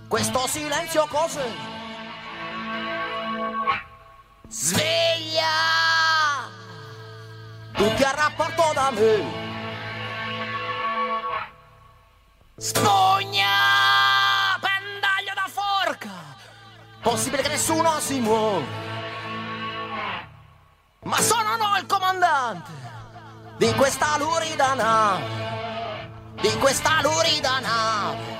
questo silenzio cos'è? Sveglia, tutti a rapporto da me. Spugna, pendaglio da forca, possibile che nessuno si muova. Ma sono no il comandante di questa lurida nave, di questa lurida nave.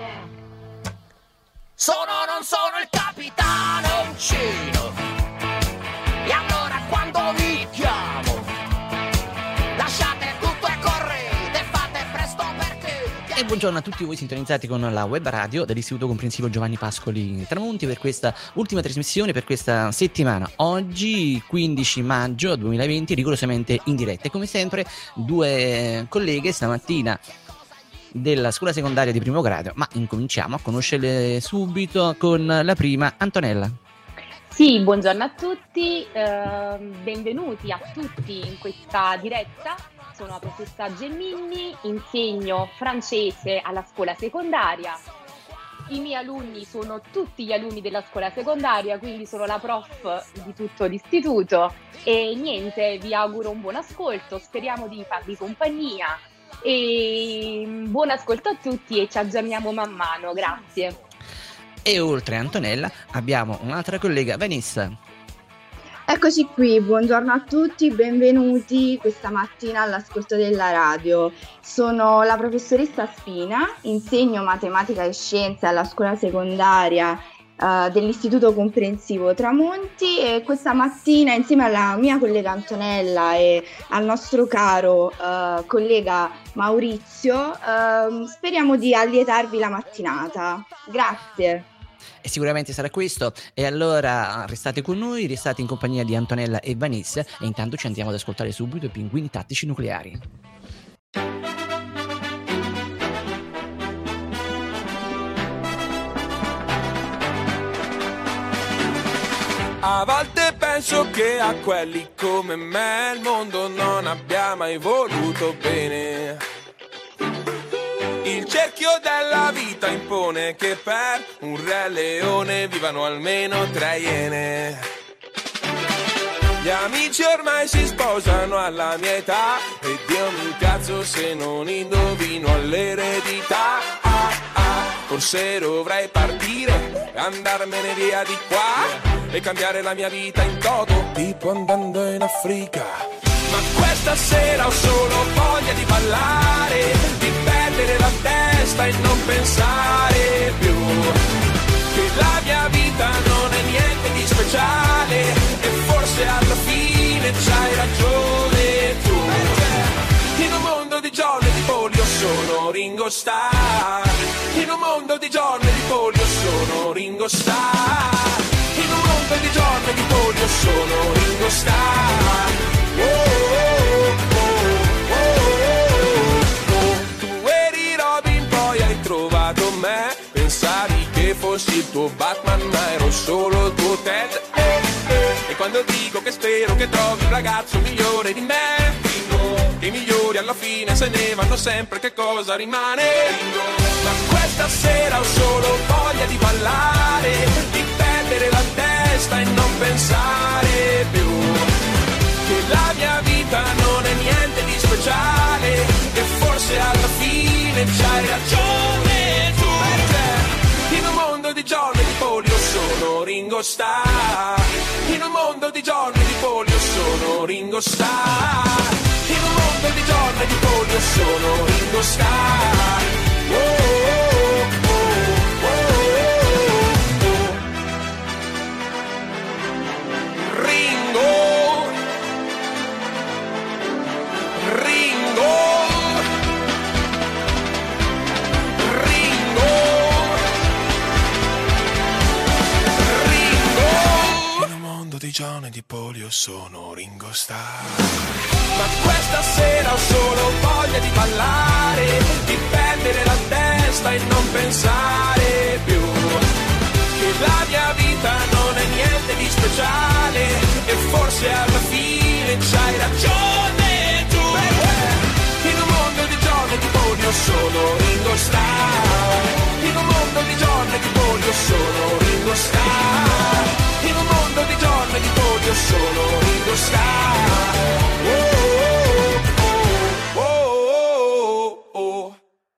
Non sono il capitano uncino. E allora quando vi chiamo, lasciate tutto e correte, fate presto perché... E buongiorno a tutti voi sintonizzati con la web radio dell'Istituto Comprensivo Giovanni Pascoli Tramonti per questa ultima trasmissione per questa settimana. Oggi 15 maggio 2020, rigorosamente in diretta. E come sempre due colleghe stamattina della scuola secondaria di primo grado, ma incominciamo a conoscerle subito con la prima, Antonella. Sì, buongiorno a tutti, benvenuti a tutti in questa diretta. Sono la professoressa Gemini, insegno francese alla scuola secondaria. I miei alunni sono tutti gli alunni della scuola secondaria, quindi sono la prof di tutto l'istituto. E niente, vi auguro un buon ascolto, speriamo di farvi compagnia. E buon ascolto a tutti e ci aggiorniamo man mano, grazie. E oltre a Antonella abbiamo un'altra collega, Vanessa. Eccoci qui, buongiorno a tutti, benvenuti questa mattina all'ascolto della radio. Sono la professoressa Spina, insegno matematica e scienze alla scuola secondaria dell'Istituto Comprensivo Tramonti e questa mattina insieme alla mia collega Antonella e al nostro caro collega Maurizio speriamo di allietarvi la mattinata. Grazie. E sicuramente sarà questo. E allora restate con noi, restate in compagnia di Antonella e Vanessa e intanto ci andiamo ad ascoltare subito i Pinguini Tattici Nucleari. A volte penso che a quelli come me il mondo non abbia mai voluto bene. Il cerchio della vita impone che per un re leone vivano almeno 3 iene. Gli amici ormai si sposano alla mia età e Dio mi incazzo se non indovino all'eredità. Forse dovrei partire e andarmene via di qua e cambiare la mia vita in toto, tipo andando in Africa. Ma questa sera ho solo voglia di ballare, di perdere la testa e non pensare più che la mia vita non è niente di speciale e forse alla fine c'hai ragione tu. In un mondo di John e di Paul io sono Ringo Starr. In un mondo di John e di Paul io sono Ringo Starr. In un mondo di John e di Paul io sono Ringo Starr. Tu eri Robin, poi hai trovato me. Pensavi che fossi il tuo Batman, ma ero solo il tuo Ted. E quando dico che spero che trovi un ragazzo migliore di me, che i migliori alla fine se ne vanno sempre, che cosa rimane? Ma questa sera ho solo voglia di ballare, di perdere la testa e non pensare più che la mia vita non è niente di speciale e forse alla fine c'hai ragione tu. Perché in un mondo di John e di Paul io sono Ringo Starr. In un mondo di John e di Paul io sono Ringo Starr. In un mondo di John e di Paul io sono Ringo Starr. John e di Paul io sono Ringo Starr. Ma questa sera ho solo voglia di ballare, di perdere la testa e non pensare più che la mia vita non è niente di speciale e forse alla fine c'hai ragione tu. In un mondo di John e di Paul io sono Ringo Starr. In un mondo di John e di Paul quando sta. Oh, oh, oh, oh.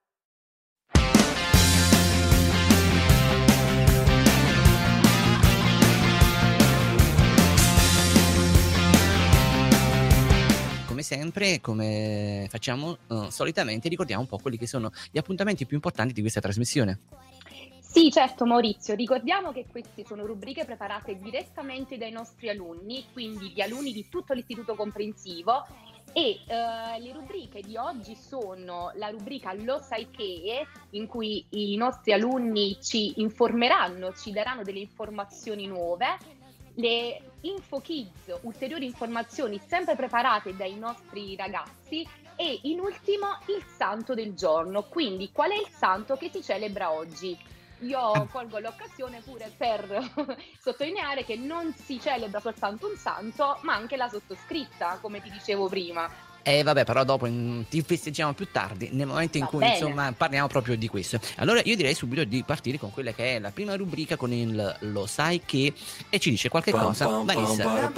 Come sempre, come facciamo solitamente, ricordiamo un po' quelli che sono gli appuntamenti più importanti di questa trasmissione. Sì, certo Maurizio, ricordiamo che queste sono rubriche preparate direttamente dai nostri alunni, quindi gli alunni di tutto l'istituto comprensivo, e le rubriche di oggi sono la rubrica Lo sai che, in cui i nostri alunni ci informeranno, ci daranno delle informazioni nuove, le Info Kids, ulteriori informazioni sempre preparate dai nostri ragazzi, e in ultimo il santo del giorno. Quindi qual è il santo che si celebra oggi? Io colgo l'occasione pure per sottolineare che non si celebra soltanto un santo, ma anche la sottoscritta, come ti dicevo prima. Vabbè, però dopo ti festeggiamo più tardi, nel momento in Va cui bene. insomma parliamo proprio di questo. Allora io direi subito di partire con quella che è la prima rubrica, con il Lo sai che, e ci dice qualche cosa Vanessa.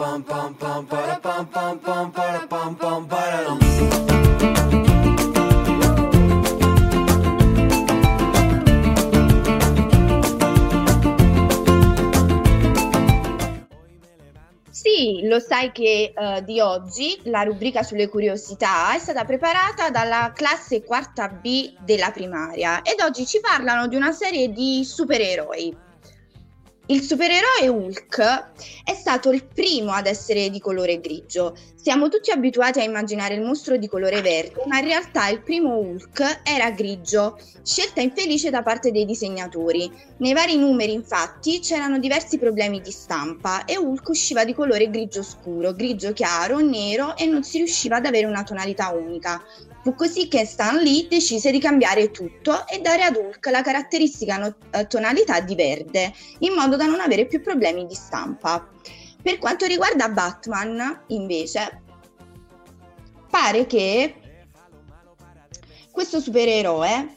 Sì, lo sai che di oggi la rubrica sulle curiosità è stata preparata dalla classe quarta B della primaria ed oggi ci parlano di una serie di supereroi. Il supereroe Hulk è stato il primo ad essere di colore grigio. Siamo tutti abituati a immaginare il mostro di colore verde, ma in realtà il primo Hulk era grigio, scelta infelice da parte dei disegnatori. Nei vari numeri, infatti, c'erano diversi problemi di stampa e Hulk usciva di colore grigio scuro, grigio chiaro, nero e non si riusciva ad avere una tonalità unica. Fu così che Stan Lee decise di cambiare tutto e dare ad Hulk la caratteristica tonalità di verde, in modo da non avere più problemi di stampa. Per quanto riguarda Batman, invece, pare che questo supereroe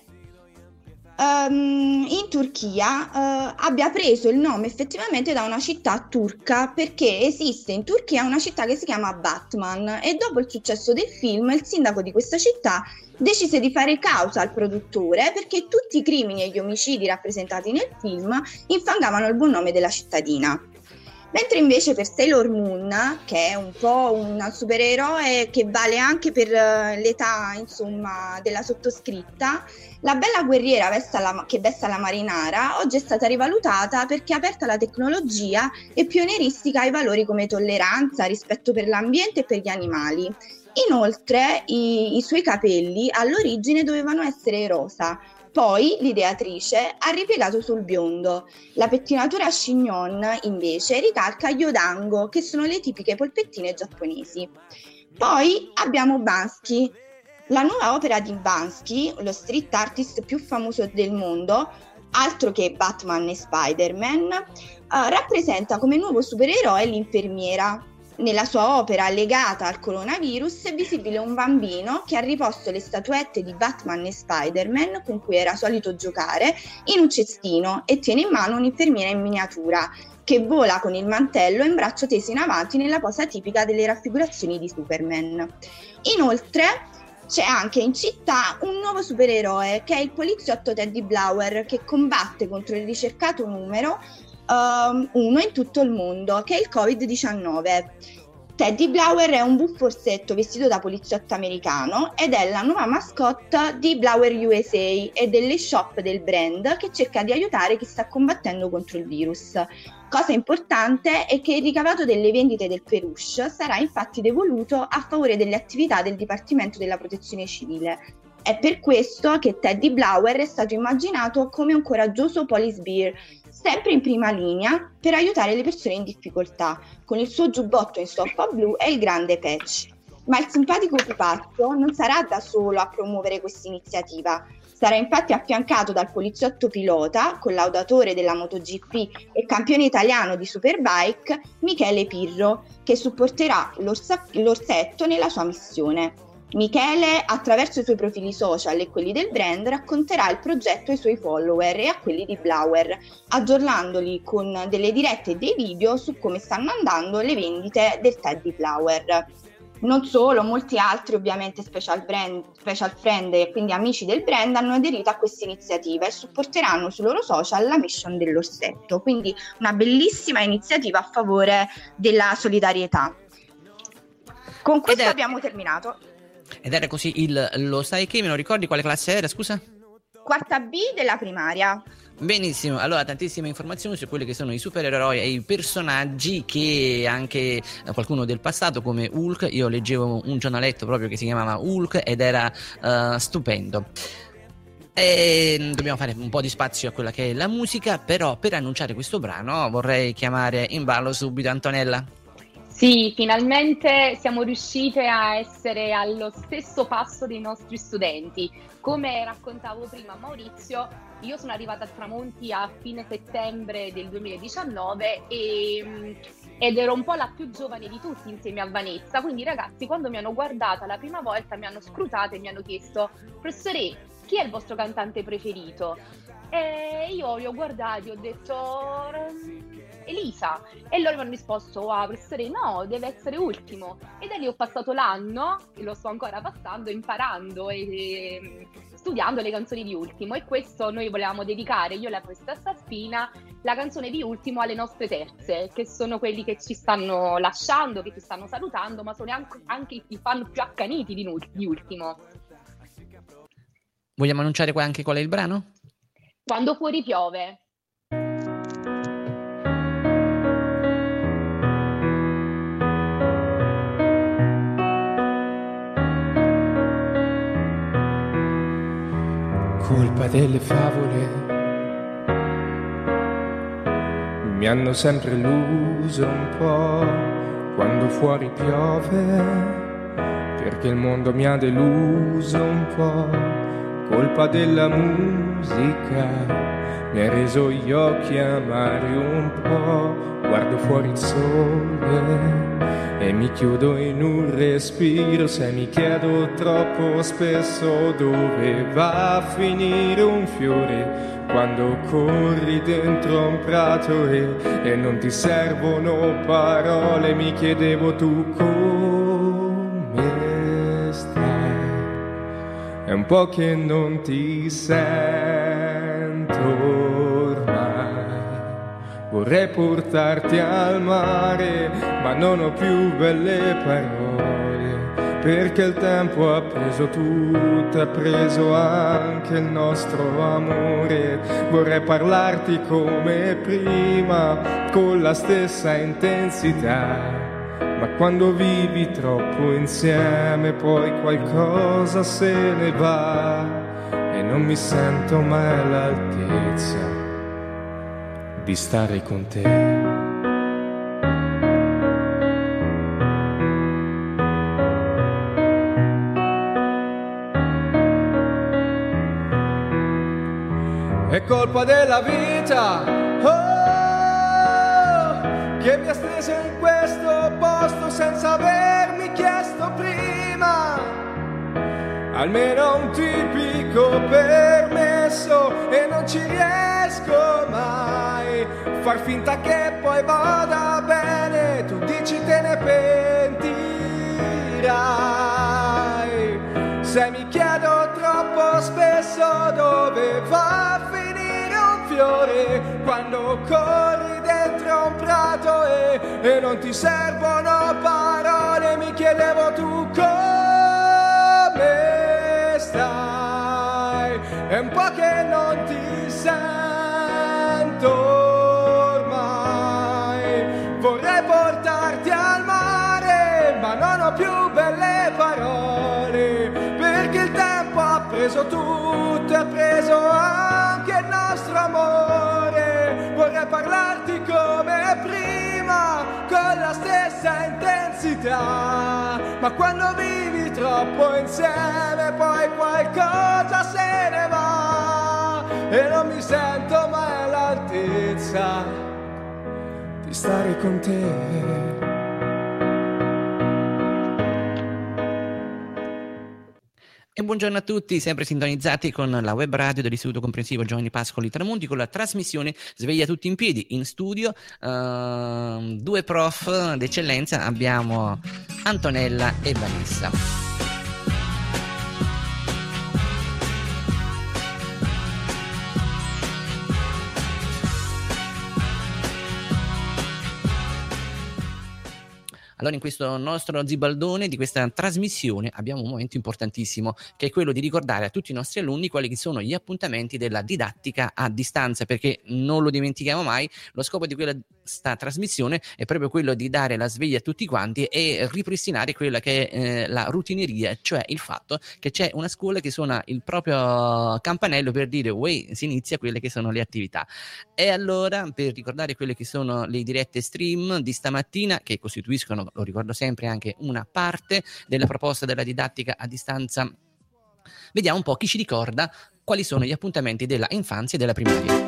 in Turchia abbia preso il nome effettivamente da una città turca, perché esiste in Turchia una città che si chiama Batman e dopo il successo del film il sindaco di questa città decise di fare causa al produttore perché tutti i crimini e gli omicidi rappresentati nel film infangavano il buon nome della cittadina. Mentre invece per Sailor Moon, che è un po' un supereroe che vale anche per l'età, insomma, della sottoscritta, la bella guerriera che veste la marinara oggi è stata rivalutata perché è aperta alla tecnologia e pionieristica ai valori come tolleranza, rispetto per l'ambiente e per gli animali. Inoltre i suoi capelli all'origine dovevano essere rosa. Poi l'ideatrice ha ripiegato sul biondo. La pettinatura chignon invece ricalca gli odango, che sono le tipiche polpettine giapponesi. Poi abbiamo Bansky. La nuova opera di Bansky, lo street artist più famoso del mondo, altro che Batman e Spider-Man, rappresenta come nuovo supereroe l'infermiera. Nella sua opera legata al coronavirus è visibile un bambino che ha riposto le statuette di Batman e Spider-Man con cui era solito giocare in un cestino e tiene in mano un'infermiera in miniatura che vola con il mantello in braccio teso in avanti nella posa tipica delle raffigurazioni di Superman. Inoltre c'è anche in città un nuovo supereroe che è il poliziotto Teddy Blower, che combatte contro il ricercato numero 1 in tutto il mondo, che è il Covid-19. Teddy Blower è un buffo orsetto vestito da poliziotto americano ed è la nuova mascotte di Blower USA e delle shop del brand, che cerca di aiutare chi sta combattendo contro il virus. Cosa importante è che il ricavato delle vendite del peluche sarà infatti devoluto a favore delle attività del Dipartimento della Protezione Civile. È per questo che Teddy Blower è stato immaginato come un coraggioso police bear, sempre in prima linea per aiutare le persone in difficoltà, con il suo giubbotto in stoffa blu e il grande patch. Ma il simpatico pupazzo non sarà da solo a promuovere questa iniziativa. Sarà infatti affiancato dal poliziotto pilota, collaudatore della MotoGP e campione italiano di Superbike, Michele Pirro, che supporterà l'orsetto nella sua missione. Michele, attraverso i suoi profili social e quelli del brand, racconterà il progetto ai suoi follower e a quelli di Blauer, aggiornandoli con delle dirette e dei video su come stanno andando le vendite del tè di Blauer. Non solo, molti altri ovviamente special friend e quindi amici del brand hanno aderito a questa iniziativa e supporteranno sui loro social la mission dell'orsetto, quindi una bellissima iniziativa a favore della solidarietà. Con questo abbiamo terminato. Ed era così lo sai che, me lo ricordi quale classe era, scusa? Quarta B della primaria. Benissimo, allora tantissime informazioni su quelli che sono i supereroi e i personaggi che anche qualcuno del passato come Hulk, io leggevo un giornaletto proprio che si chiamava Hulk ed era stupendo. E dobbiamo fare un po' di spazio a quella che è la musica, però per annunciare questo brano vorrei chiamare in ballo subito Antonella. Sì, finalmente siamo riuscite a essere allo stesso passo dei nostri studenti. Come raccontavo prima a Maurizio, io sono arrivata a Tramonti a fine settembre del 2019 ed ero un po' la più giovane di tutti insieme a Vanessa, quindi i ragazzi quando mi hanno guardata la prima volta mi hanno scrutata e mi hanno chiesto: professore, chi è il vostro cantante preferito? E io li ho guardati e ho detto Elisa, e loro mi hanno risposto: wow, professore, no, deve essere Ultimo. E da lì ho passato l'anno, e lo sto ancora passando, imparando e studiando le canzoni di Ultimo, e questo noi volevamo dedicare, io e la professoressa Spina, la canzone di Ultimo alle nostre terze, che sono quelli che ci stanno lasciando, che ci stanno salutando, ma sono anche i fan più accaniti di Ultimo. Vogliamo annunciare anche qual è il brano? Quando fuori piove. Colpa delle favole, mi hanno sempre illuso un po' quando fuori piove, perché il mondo mi ha deluso un po'. Colpa della musica, mi ha reso gli occhi amari un po'. Guardo fuori il sole e mi chiudo in un respiro, se mi chiedo troppo spesso dove va a finire un fiore quando corri dentro un prato e non ti servono parole. Mi chiedevo tu come stai, è un po' che non ti sento ormai. Vorrei portarti al mare, ma non ho più belle parole, perché il tempo ha preso tutto, ha preso anche il nostro amore. Vorrei parlarti come prima, con la stessa intensità, ma quando vivi troppo insieme poi qualcosa se ne va e non mi sento mai all'altezza di stare con te. È colpa della vita, che mi ha steso in questo posto senza avermi chiesto prima almeno un tipico permesso, e non ci riesco mai. Far finta che poi vada bene, tu dici te ne pentirai. Se mi chiedo troppo spesso dove va a finire un fiore quando corri dentro un prato e non ti servono parole, mi chiedevo tu come stai. È un po' che non ti sento ormai. Vorrei portarti al mare, ma non ho più belle parole, perché il tempo ha preso tutto e ha preso anche il nostro amore. Vorrei parlarti come prima, con la stessa intensità, ma quando vivi troppo insieme poi qualcosa se ne va e non mi sento mai all'altezza di stare con te. buongiorno a tutti, sempre sintonizzati con la web radio dell'Istituto Comprensivo Giovanni Pascoli Tramonti con la trasmissione Sveglia tutti in piedi. In studio due prof d'eccellenza, abbiamo Antonella e Vanessa. Allora, in questo nostro zibaldone di questa trasmissione abbiamo un momento importantissimo, che è quello di ricordare a tutti i nostri alunni quali sono gli appuntamenti della didattica a distanza, perché non lo dimentichiamo mai. Lo scopo di questa trasmissione è proprio quello di dare la sveglia a tutti quanti e ripristinare quella che è la rutineria, cioè il fatto che c'è una scuola che suona il proprio campanello per dire uè, si inizia quelle che sono le attività. E allora, per ricordare quelle che sono le dirette stream di stamattina, che costituiscono, lo ricordo sempre, anche una parte della proposta della didattica a distanza, vediamo un po' chi ci ricorda quali sono gli appuntamenti della infanzia e della primaria.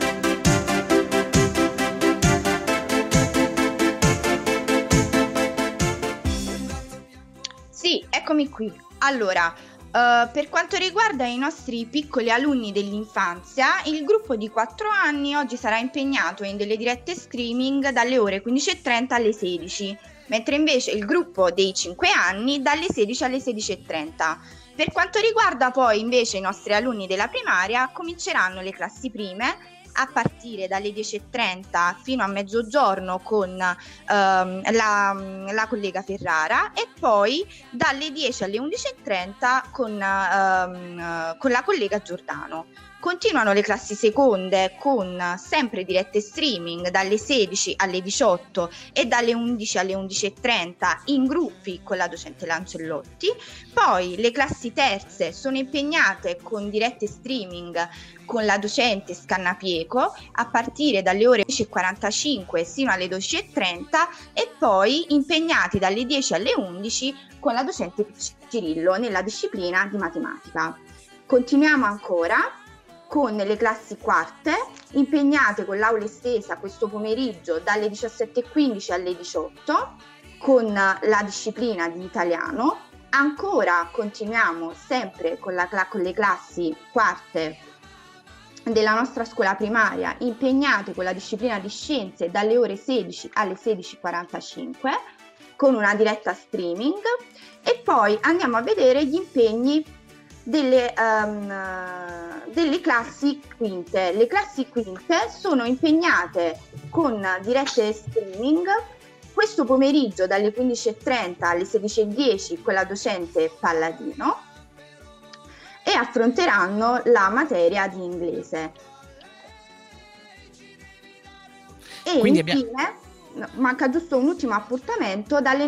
Sì, eccomi qui. Allora, per quanto riguarda i nostri piccoli alunni dell'infanzia, il gruppo di 4 anni oggi sarà impegnato in delle dirette streaming dalle ore 15:30 alle 16, mentre invece il gruppo dei 5 anni dalle 16 alle 16:30. Per quanto riguarda poi invece i nostri alunni della primaria, cominceranno le classi prime a partire dalle 10:30 fino a mezzogiorno con la collega Ferrara, e poi dalle 10 alle 11:30 con la collega Giordano. Continuano le classi seconde con sempre dirette streaming dalle 16 alle 18 e dalle 11 alle 11:30 in gruppi con la docente Lancellotti. Poi le classi terze sono impegnate con dirette streaming con la docente Scannapieco a partire dalle ore 10:45 sino alle 12:30 e poi impegnati dalle 10 alle 11 con la docente Cirillo nella disciplina di matematica. Continuiamo ancora con le classi quarte impegnate con l'aula estesa questo pomeriggio dalle 17:15 alle 18 con la disciplina di italiano. Ancora continuiamo sempre con le classi quarte della nostra scuola primaria impegnate con la disciplina di scienze dalle ore 16 alle 16:45 con una diretta streaming. E poi andiamo a vedere gli impegni delle classi quinte. Le classi quinte sono impegnate con dirette streaming questo pomeriggio dalle 15:30 alle 16:10 con la docente Palladino e affronteranno la materia di inglese. E quindi infine manca giusto un ultimo appuntamento dalle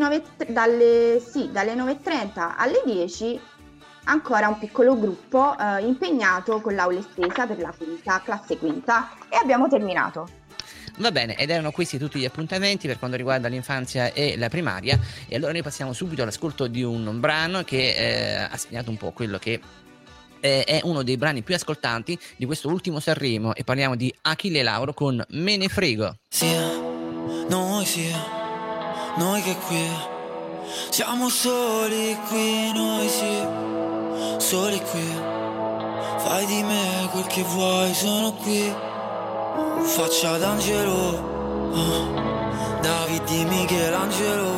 9:30 alle 10, ancora un piccolo gruppo impegnato con l'aula estesa per la classe quinta, e abbiamo terminato. Va bene, ed erano questi tutti gli appuntamenti per quanto riguarda l'infanzia e la primaria, e allora noi passiamo subito all'ascolto di un brano che ha segnato un po' quello che è uno dei brani più ascoltanti di questo ultimo Sanremo, e parliamo di Achille Lauro con Me ne frego. Sia noi che qui siamo soli qui, noi soli qui. Fai di me quel che vuoi, sono qui. Faccia d'angelo, David di Michelangelo,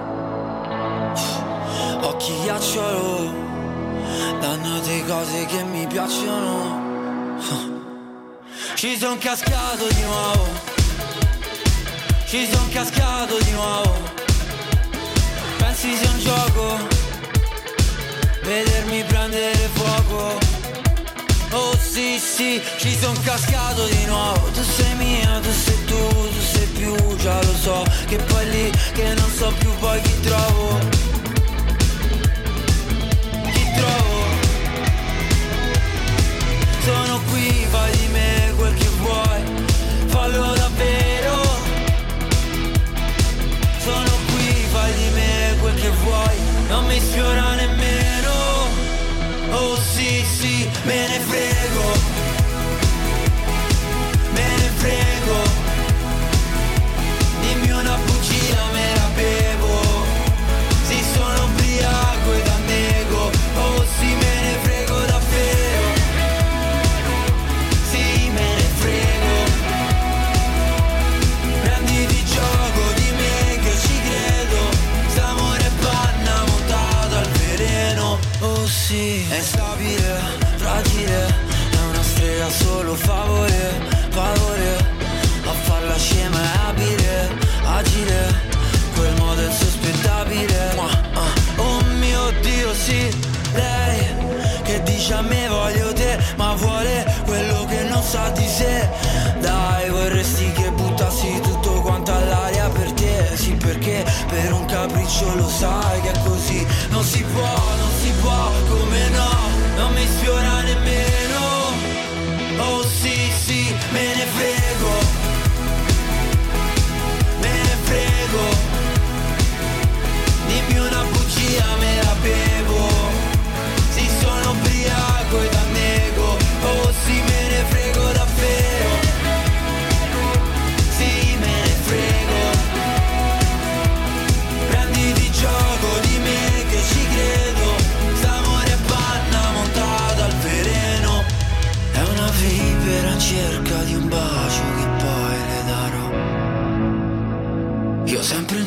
occhi ghiacciolo, dannate cose che mi piacciono. Ci son cascato di nuovo, ci son cascato di nuovo. Pensi sia un gioco vedermi prendere fuoco? Oh sì sì, ci son cascato di nuovo. Tu sei mia, tu sei tu sei più, già lo so. Che poi lì che non so più poi chi trovo. Sono qui, fai di me quel che vuoi, fallo davvero. Sono qui, fai di me quel che vuoi, non mi sfiora nemmeno. Oh sì sì, me ne frego.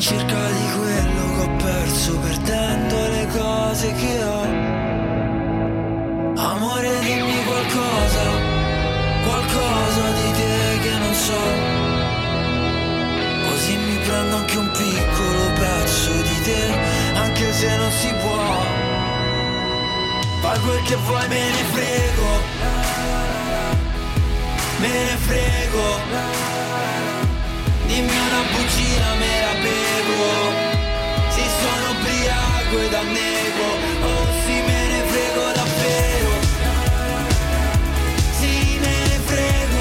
cerca di quello che ho perso, perdendo le cose che ho. Amore, dimmi qualcosa, qualcosa di te che non so, così mi prendo anche un piccolo pezzo di te, anche se non si può. Fai quel che vuoi, me ne frego, me ne frego. Dimmi una bugia, me la bevo. Se sono ubriaco ed annego, oh sì, me ne frego davvero. Sì, me ne frego.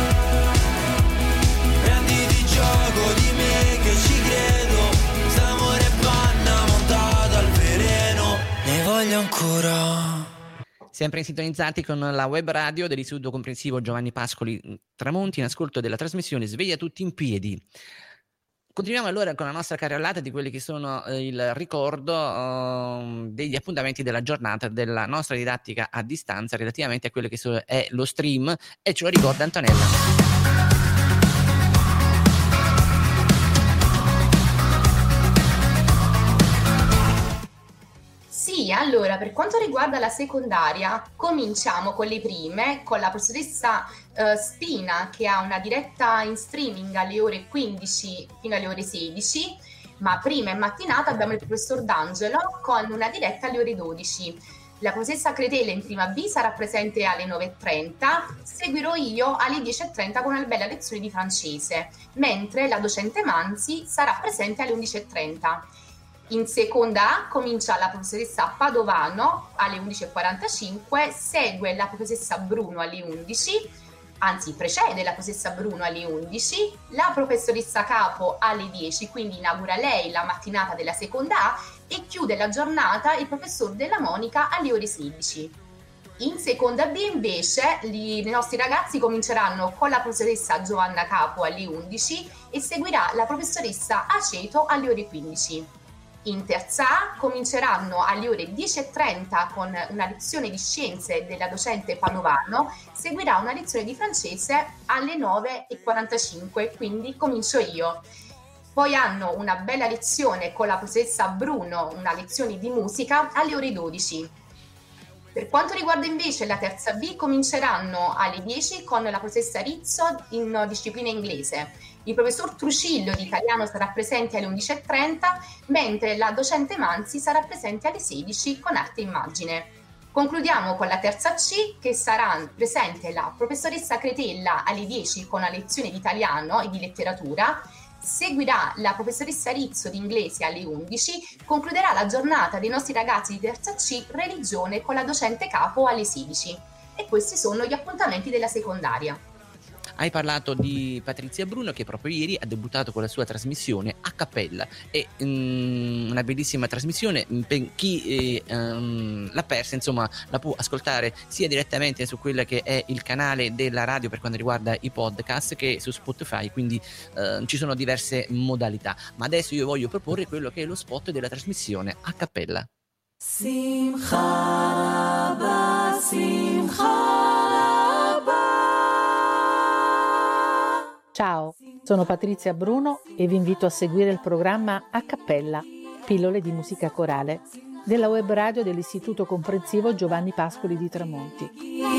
Prenditi gioco di me che ci credo. S'amore e panna montata al veleno. Ne voglio ancora. Sempre sintonizzati con la web radio dell'Istituto Comprensivo Giovanni Pascoli Tramonti, in ascolto della trasmissione Sveglia tutti in piedi. Continuiamo allora con la nostra carrellata di quelli che sono il ricordo degli appuntamenti della giornata della nostra didattica a distanza relativamente a quello che è lo stream, e ce lo ricorda Antonella. Sì, allora per quanto riguarda la secondaria cominciamo con le prime, con la professoressa Spina, che ha una diretta in streaming alle ore 15 fino alle ore 16, ma prima in mattinata abbiamo il professor D'Angelo con una diretta alle ore 12. La professoressa Cretella in prima B sarà presente alle 9:30, seguirò io alle 10:30 con una bella lezione di francese, mentre la docente Manzi sarà presente alle 11:30. In seconda A comincia la professoressa Padovano alle 11:45, segue la professoressa Bruno alle 11, anzi precede la professoressa Bruno alle 11, la professoressa Capo alle 10, quindi inaugura lei la mattinata della seconda A e chiude la giornata il professor Della Monica alle ore 16. In seconda B invece i nostri ragazzi cominceranno con la professoressa Giovanna Capo alle 11 e seguirà la professoressa Aceto alle ore 15. In terza A cominceranno alle ore 10:30 con una lezione di scienze della docente Padovano, seguirà una lezione di francese alle 9:45, quindi comincio io. Poi hanno una bella lezione con la professoressa Bruno, una lezione di musica alle ore 12. Per quanto riguarda invece la terza B, cominceranno alle 10 con la professoressa Rizzo in disciplina inglese. Il professor Trucillo di italiano sarà presente alle 11:30, mentre la docente Manzi sarà presente alle 16 con arte e immagine. Concludiamo con la terza C, che sarà presente la professoressa Cretella alle 10 con una lezione di italiano e di letteratura, seguirà la professoressa Rizzo di inglese alle 11, concluderà la giornata dei nostri ragazzi di terza C religione con la docente Capo alle 16. E questi sono gli appuntamenti della secondaria. Hai parlato di Patrizia Bruno, che proprio ieri ha debuttato con la sua trasmissione a cappella. È una bellissima trasmissione, per chi l'ha persa, insomma, la può ascoltare sia direttamente su quello che è il canale della radio per quanto riguarda i podcast, che su Spotify, quindi ci sono diverse modalità. Ma adesso io voglio proporre quello che è lo spot della trasmissione a cappella. Simcha Rabba, Simcha. Ciao, sono Patrizia Bruno e vi invito a seguire il programma A Cappella, pillole di musica corale, della web radio dell'Istituto Comprensivo Giovanni Pascoli di Tramonti.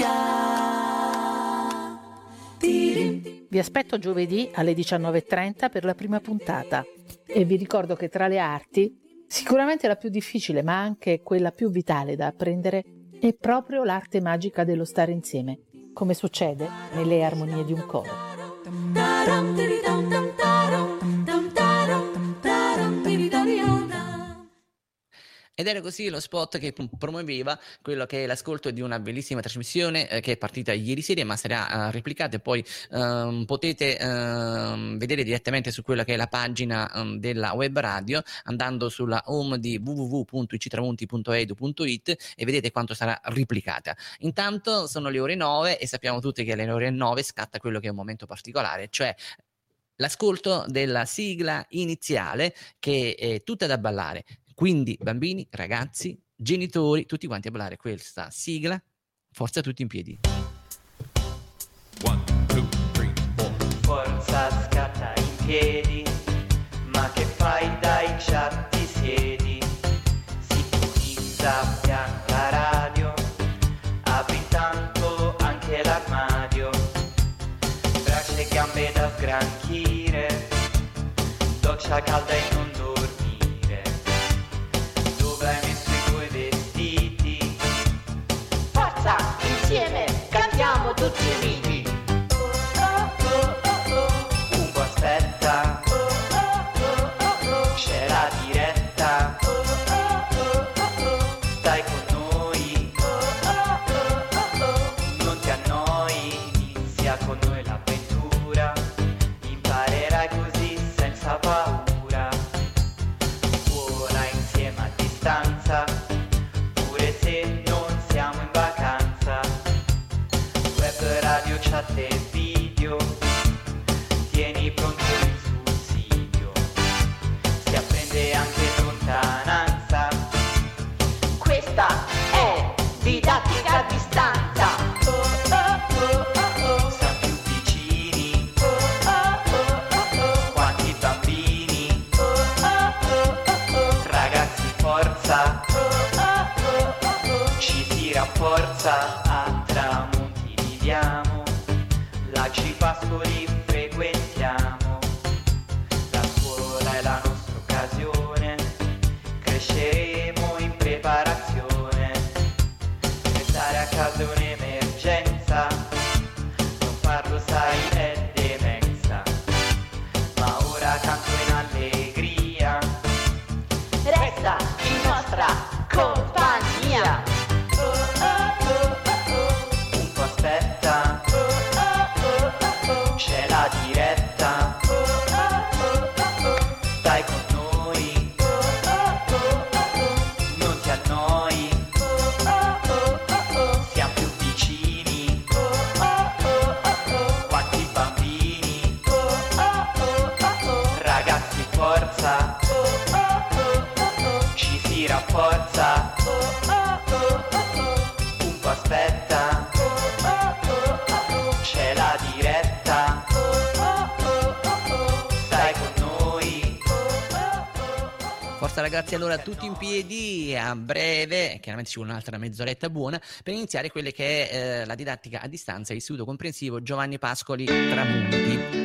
Vi aspetto giovedì alle 19:30 per la prima puntata e vi ricordo che tra le arti, sicuramente la più difficile ma anche quella più vitale da apprendere è proprio l'arte magica dello stare insieme, come succede nelle armonie di un coro. Ed era così lo spot che promuoveva quello che è l'ascolto di una bellissima trasmissione che è partita ieri sera, ma sarà replicata e poi potete vedere direttamente su quella che è la pagina della web radio, andando sulla home di www.ictramonti.edu.it e vedete quanto sarà replicata. Intanto sono le ore 9 e sappiamo tutti che alle ore 9 scatta quello che è un momento particolare, cioè l'ascolto della sigla iniziale, che è tutta da ballare. Quindi bambini, ragazzi, genitori, tutti quanti a ballare questa sigla. Forza tutti in piedi. 1, 2, 3, 4. Forza scatta in piedi, ma che fai? gambe da sgranchire, doccia calda e non dormire. Dove hai messo i tuoi vestiti? Forza, insieme, cantiamo tutti uniti. Un po' aspetta, c'è la diretta. Stai con noi, non ti annoi, inizia con noi l'avventura. Imparerai così senza paura. Scuola insieme a distanza, pure se non siamo in vacanza. Web, radio, chat e video, tieni pronto il sussidio. Si apprende anche in lontananza. Questa è didattica a distanza. Siamo più vicini, quanti bambini. Ragazzi, forza, ci si rafforza. A tramonti viviamo, Laci Pascoli frequentiamo. La scuola è la nostra occasione, cresceremo in preparazione. Restare a casa è un'emergenza, non farlo sai è demenza. Ma ora canto in allegria, Resta in nostra compagnia. un po' aspetta, c'è la diretta. Stai con noi, non ti annoi, siamo più vicini. Quanti bambini, ragazzi, forza, ci si rafforza. Un po' aspetta, c'è la diretta. Stai con noi. Forza ragazzi, allora tutti in piedi, a breve, chiaramente ci vuole un'altra mezz'oretta buona, per iniziare quelle che è la didattica a distanza, Istituto Comprensivo Giovanni Pascoli Tramonti.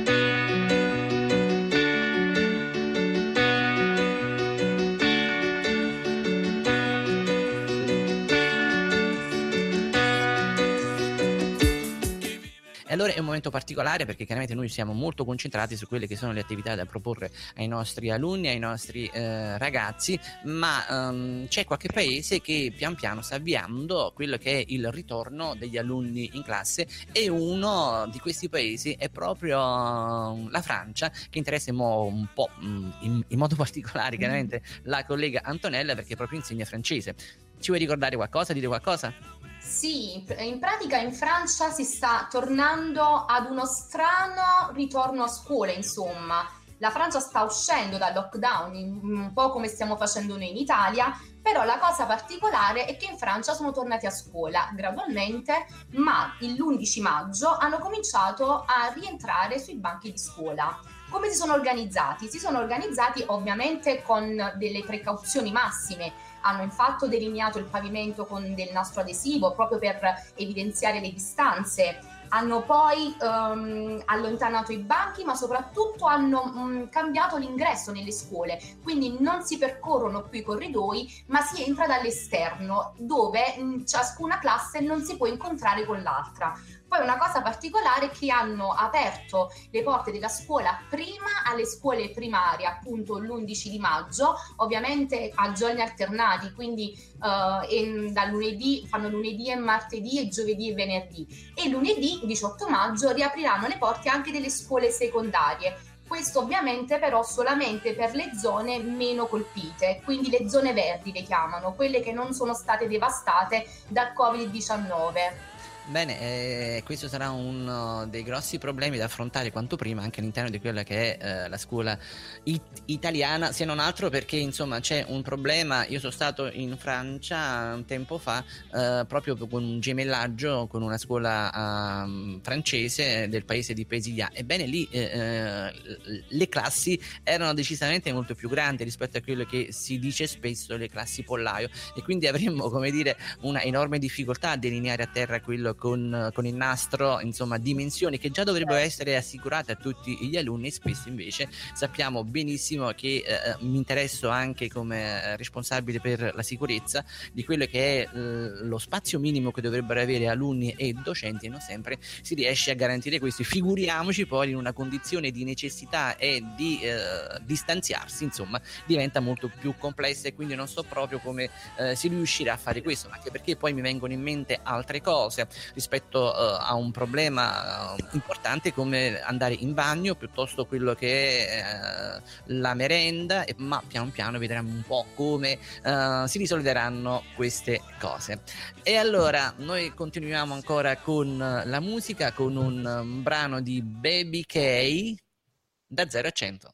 Allora è un momento particolare perché chiaramente noi siamo molto concentrati su quelle che sono le attività da proporre ai nostri alunni, ai nostri ragazzi, ma c'è qualche paese che pian piano sta avviando quello che è il ritorno degli alunni in classe, e uno di questi paesi è proprio la Francia, che interessa un po' in modo particolare chiaramente la collega Antonella, perché proprio insegna francese. Ci vuoi ricordare qualcosa, dire qualcosa? Sì, in pratica in Francia si sta tornando ad uno strano ritorno a scuola, insomma. La Francia sta uscendo dal lockdown, un po' come stiamo facendo noi in Italia, però la cosa particolare è che in Francia sono tornati a scuola gradualmente, ma l'11 maggio hanno cominciato a rientrare sui banchi di scuola. Come si sono organizzati? Si sono organizzati ovviamente con delle precauzioni massime. Hanno infatti delineato il pavimento con del nastro adesivo proprio per evidenziare le distanze. Hanno poi allontanato i banchi, ma soprattutto hanno cambiato l'ingresso nelle scuole, quindi non si percorrono più i corridoi, ma si entra dall'esterno, dove ciascuna classe non si può incontrare con l'altra. Poi una cosa particolare è che hanno aperto le porte della scuola prima alle scuole primarie, appunto l'11 di maggio, ovviamente a giorni alternati, quindi da lunedì fanno lunedì e martedì e giovedì e venerdì, e lunedì 18 maggio riapriranno le porte anche delle scuole secondarie. Questo ovviamente però solamente per le zone meno colpite, quindi le zone verdi le chiamano, quelle che non sono state devastate dal Covid-19. Bene, questo sarà uno dei grossi problemi da affrontare quanto prima anche all'interno di quella che è la scuola italiana, se non altro perché insomma c'è un problema. Io sono stato in Francia un tempo fa proprio con un gemellaggio con una scuola francese del paese di Pézilla. Ebbene lì le classi erano decisamente molto più grandi rispetto a quello che si dice spesso le classi pollaio, e quindi avremmo, come dire, una enorme difficoltà a delineare a terra quello con il nastro, insomma dimensioni che già dovrebbero essere assicurate a tutti gli alunni. Spesso invece sappiamo benissimo che mi interesso anche come responsabile per la sicurezza di quello che è lo spazio minimo che dovrebbero avere alunni e docenti, e non sempre si riesce a garantire questo. Figuriamoci poi in una condizione di necessità e di distanziarsi, insomma diventa molto più complessa, e quindi non so proprio come si riuscirà a fare questo, anche perché poi mi vengono in mente altre cose rispetto a un problema importante come andare in bagno, piuttosto quello che è la merenda, ma piano piano vedremo un po' come si risolveranno queste cose. E allora noi continuiamo ancora con la musica, con un brano di Baby K, da 0 a 100.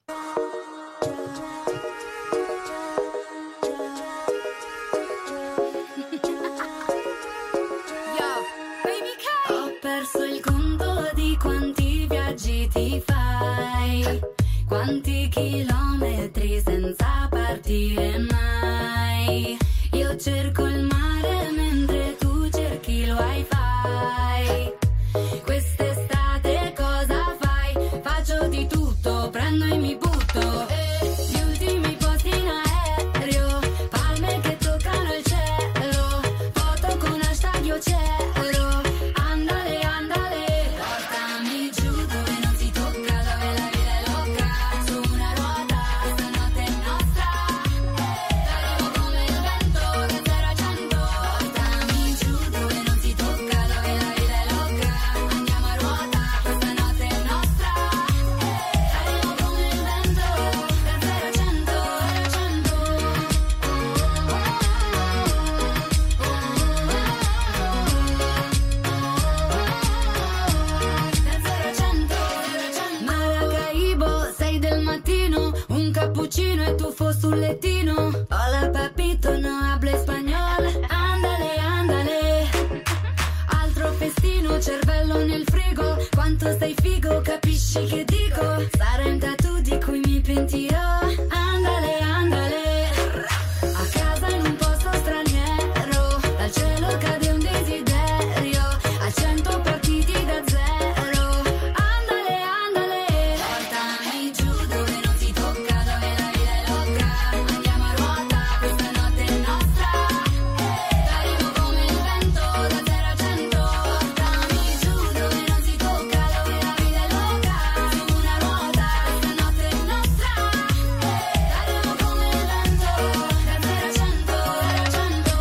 Ho perso il conto di quanti viaggi ti fai, quanti chilometri senza partire mai. Io cerco il mare mentre tu cerchi il wifi. Quest'estate cosa fai? Faccio di tutto, prendo e mi butto. Gli ultimi posti in aereo, palme che toccano il cielo, foto con hashtag io c'ero. Andale, andale, portami giù dove non si tocca, dove la vita è loca. Su una ruota, stanotte è nostra. Saremo come il vento, da 0 a 100. Portami giù dove non si tocca, dove la vita è loca. Andiamo a ruota, stanotte è nostra. Saremo come il vento, da 0 a 100, 0 a 100. Maracaibo, 6 del mattino, un cappuccino e tuffo sul lettino. Hola papito, no hablo español. Andale, andale. Altro festino, cervello nel frigo. Quanto stai figo, capisci che dico? Sarà un tattoo di cui mi pentirò. Andale, andale. A casa in un posto straniero, dal cielo cade un desiderio. A 100 partiti da 0. Andale, andale. Portami giù dove non si tocca, dove la vita è loca. Andiamo a ruota, questa notte è nostra. Saremo come il vento, da 0 a 100. Portami giù dove non si tocca, dove la vita è loca. Su una ruota, questa notte è nostra. Saremo come il vento, da 0 a 100, 0 a 100.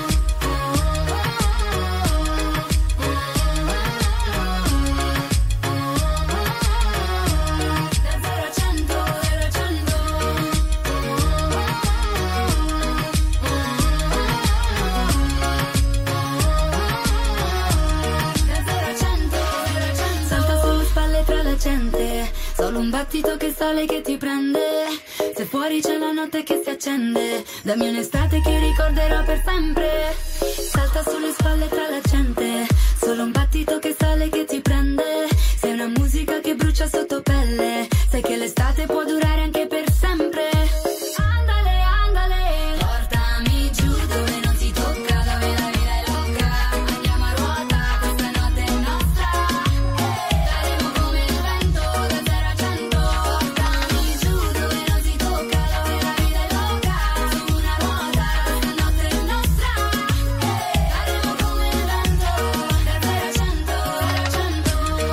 Salta sulle spalle tra la gente, solo un battito che sale che ti prende. Se fuori c'è la notte che si accende, dammi un'estate che ricorderò per sempre. Salta sulle spalle tra la gente, solo un battito che sale che ti prende. Sei una musica che brucia sotto pelle, sai che l'estate può durare anche per sempre. Andale, andale. Portami giù dove non si tocca, dove la vita è loca. Andiamo a ruota, questa notte è nostra. Saremo come il vento, da 0 a 100. Portami giù dove non si tocca, dove la vita è loca. Su una ruota, questa notte è nostra. Saremo come il vento, da 0 a 100, 0 a 100.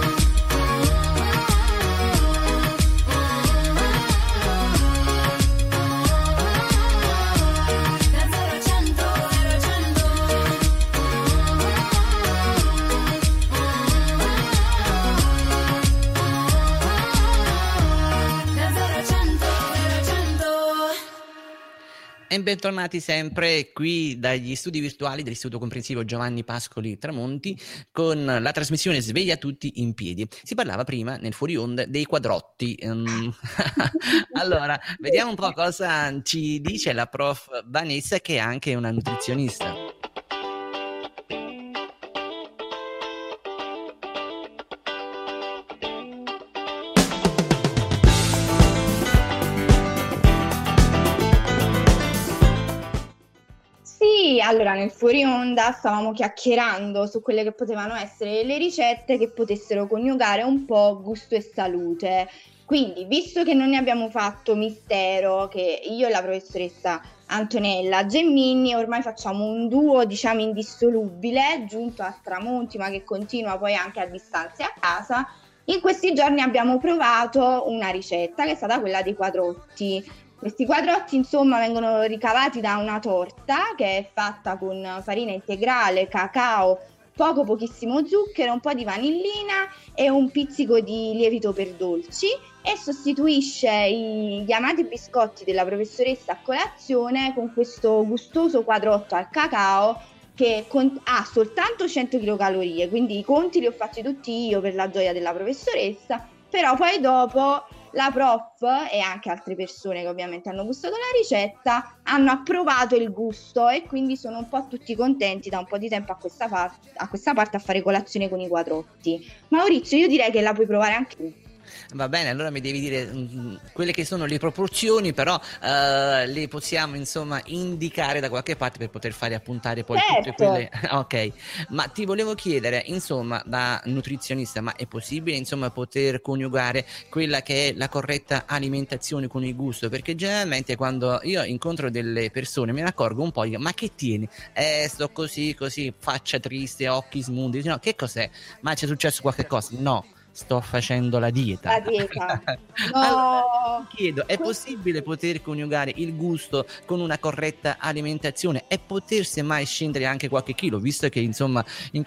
E bentornati sempre qui dagli studi virtuali dell'Istituto Comprensivo Giovanni Pascoli Tramonti con la trasmissione Sveglia tutti in piedi. Si parlava prima nel fuori onda dei quadrotti. Allora, vediamo un po' cosa ci dice la prof Vanessa, che è anche una nutrizionista. Sì, allora nel fuori onda stavamo chiacchierando su quelle che potevano essere le ricette che potessero coniugare un po' gusto e salute. Quindi, visto che non ne abbiamo fatto mistero, che io e la professoressa Antonella Gemini ormai facciamo un duo, diciamo, indissolubile, giunto a tramonti, ma che continua poi anche a distanze a casa, in questi giorni abbiamo provato una ricetta che è stata quella dei quadrotti. Questi quadrotti, insomma, vengono ricavati da una torta che è fatta con farina integrale, cacao, pochissimo zucchero, un po' di vanillina e un pizzico di lievito per dolci, e sostituisce gli amati biscotti della professoressa a colazione con questo gustoso quadrotto al cacao che ha soltanto 100 kcal, quindi i conti li ho fatti tutti io per la gioia della professoressa, però poi dopo la prof e anche altre persone che ovviamente hanno gustato la ricetta hanno approvato il gusto, e quindi sono un po' tutti contenti da un po' di tempo a questa parte a fare colazione con i quadrotti. Maurizio, io direi che la puoi provare anche tu. Va bene, allora mi devi dire quelle che sono le proporzioni, però le possiamo insomma indicare da qualche parte per poter fare appuntare poi tutte quelle. Ok, ma ti volevo chiedere, insomma, da nutrizionista, ma è possibile insomma poter coniugare quella che è la corretta alimentazione con il gusto? Perché generalmente quando io incontro delle persone me ne accorgo un po', dico, ma che tieni? Sto così, faccia triste, occhi smundi, no, che cos'è? Ma c'è successo qualche cosa? No, sto facendo la dieta. La dieta. No. Allora, chiedo, è possibile poter coniugare il gusto con una corretta alimentazione e potersi mai scendere anche qualche chilo, visto che insomma in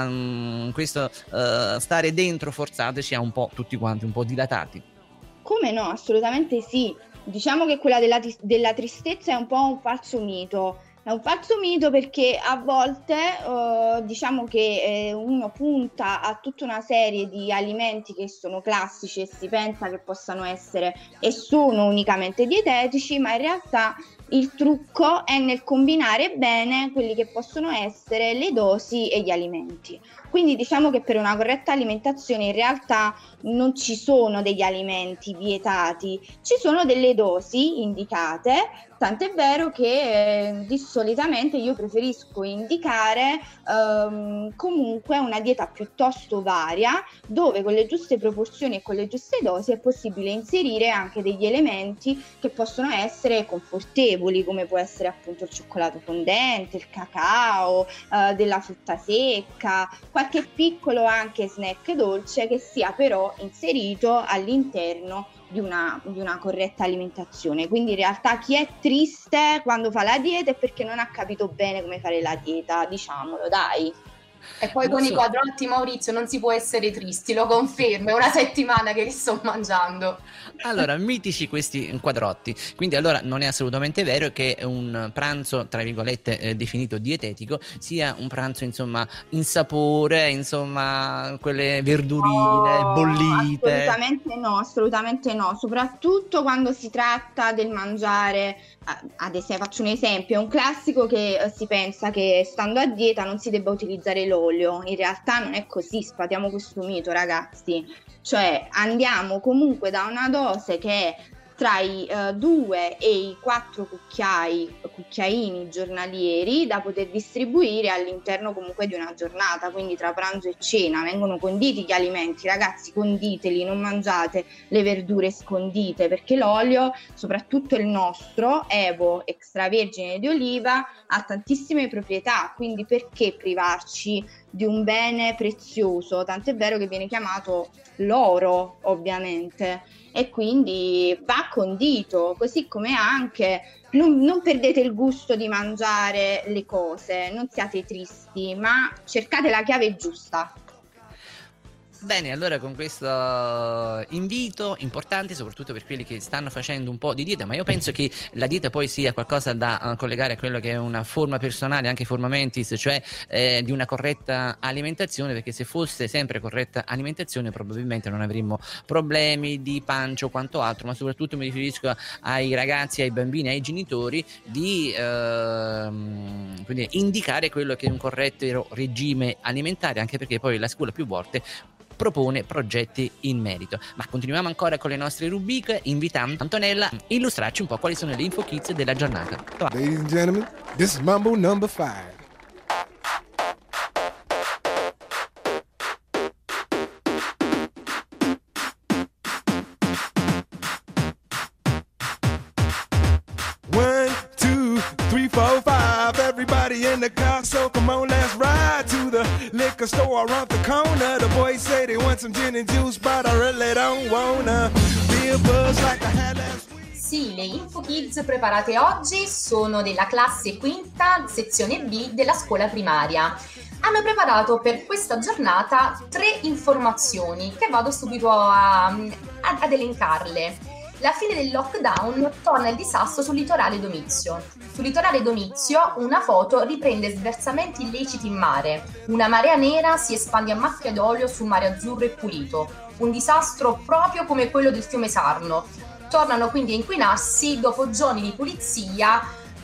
questo stare dentro forzato si ha un po' tutti quanti un po' dilatati? Come no, assolutamente sì. Diciamo che quella della tristezza è un po' un falso mito. È un falso mito perché a volte diciamo che uno punta a tutta una serie di alimenti che sono classici e si pensa che possano essere e sono unicamente dietetici, ma in realtà il trucco è nel combinare bene quelli che possono essere le dosi e gli alimenti. Quindi diciamo che per una corretta alimentazione in realtà non ci sono degli alimenti vietati, ci sono delle dosi indicate, tant'è vero che solitamente io preferisco indicare comunque una dieta piuttosto varia, dove con le giuste proporzioni e con le giuste dosi è possibile inserire anche degli elementi che possono essere confortevoli, come può essere appunto il cioccolato fondente, il cacao, della frutta secca, qualche piccolo anche snack dolce che sia però inserito all'interno di una corretta alimentazione. Quindi in realtà chi è triste quando fa la dieta è perché non ha capito bene come fare la dieta, diciamolo, dai. E poi con i quadrotti, Maurizio, non si può essere tristi, lo confermo, è una settimana che li sto mangiando. Allora, mitici questi quadrotti. Quindi allora non è assolutamente vero che un pranzo, tra virgolette, definito dietetico sia un pranzo insomma insapore, insomma quelle verdurine bollite. Assolutamente no, soprattutto quando si tratta del mangiare. Ad esempio, faccio un esempio, è un classico che si pensa che stando a dieta non si debba utilizzare l'olio. In realtà non è così, sfatiamo questo mito, ragazzi. Cioè andiamo comunque da una dose che è tra i 2 e i 4 cucchiaini giornalieri da poter distribuire all'interno comunque di una giornata, quindi tra pranzo e cena vengono conditi gli alimenti, ragazzi, conditeli, non mangiate le verdure scondite, perché l'olio, soprattutto il nostro Evo extravergine di oliva, ha tantissime proprietà, quindi perché privarci di un bene prezioso? Tant'è vero che viene chiamato l'oro, ovviamente, e quindi va condito, così come anche non perdete il gusto di mangiare le cose, non siate tristi, ma cercate la chiave giusta. Bene, allora con questo invito importante soprattutto per quelli che stanno facendo un po' di dieta, ma io penso che la dieta poi sia qualcosa da collegare a quello che è una forma personale, anche forma mentis, cioè di una corretta alimentazione, perché se fosse sempre corretta alimentazione probabilmente non avremmo problemi di pancia o quanto altro, ma soprattutto mi riferisco ai ragazzi, ai bambini, ai genitori di quindi indicare quello che è un corretto regime alimentare, anche perché poi la scuola più volte propone progetti in merito. Ma continuiamo ancora con le nostre rubriche, invitando Antonella a illustrarci un po' quali sono le info kids della giornata. Ladies and gentlemen, this is Mambo number 5. Everybody in the car, so come on, let's ride to the liquor store around the corner. The boys say they want some gin and juice, but I really don't wanna be a buzz like I had last week. Sì, le Info Kids preparate oggi sono della classe quinta, sezione B della scuola primaria. Hanno preparato per questa giornata 3 informazioni che vado subito ad elencarle. La fine del lockdown torna il disastro sul litorale Domizio. Sul litorale Domizio una foto riprende sversamenti illeciti in mare. Una marea nera si espande a macchia d'olio su un mare azzurro e pulito. Un disastro proprio come quello del fiume Sarno. Tornano quindi a inquinarsi dopo giorni di pulizia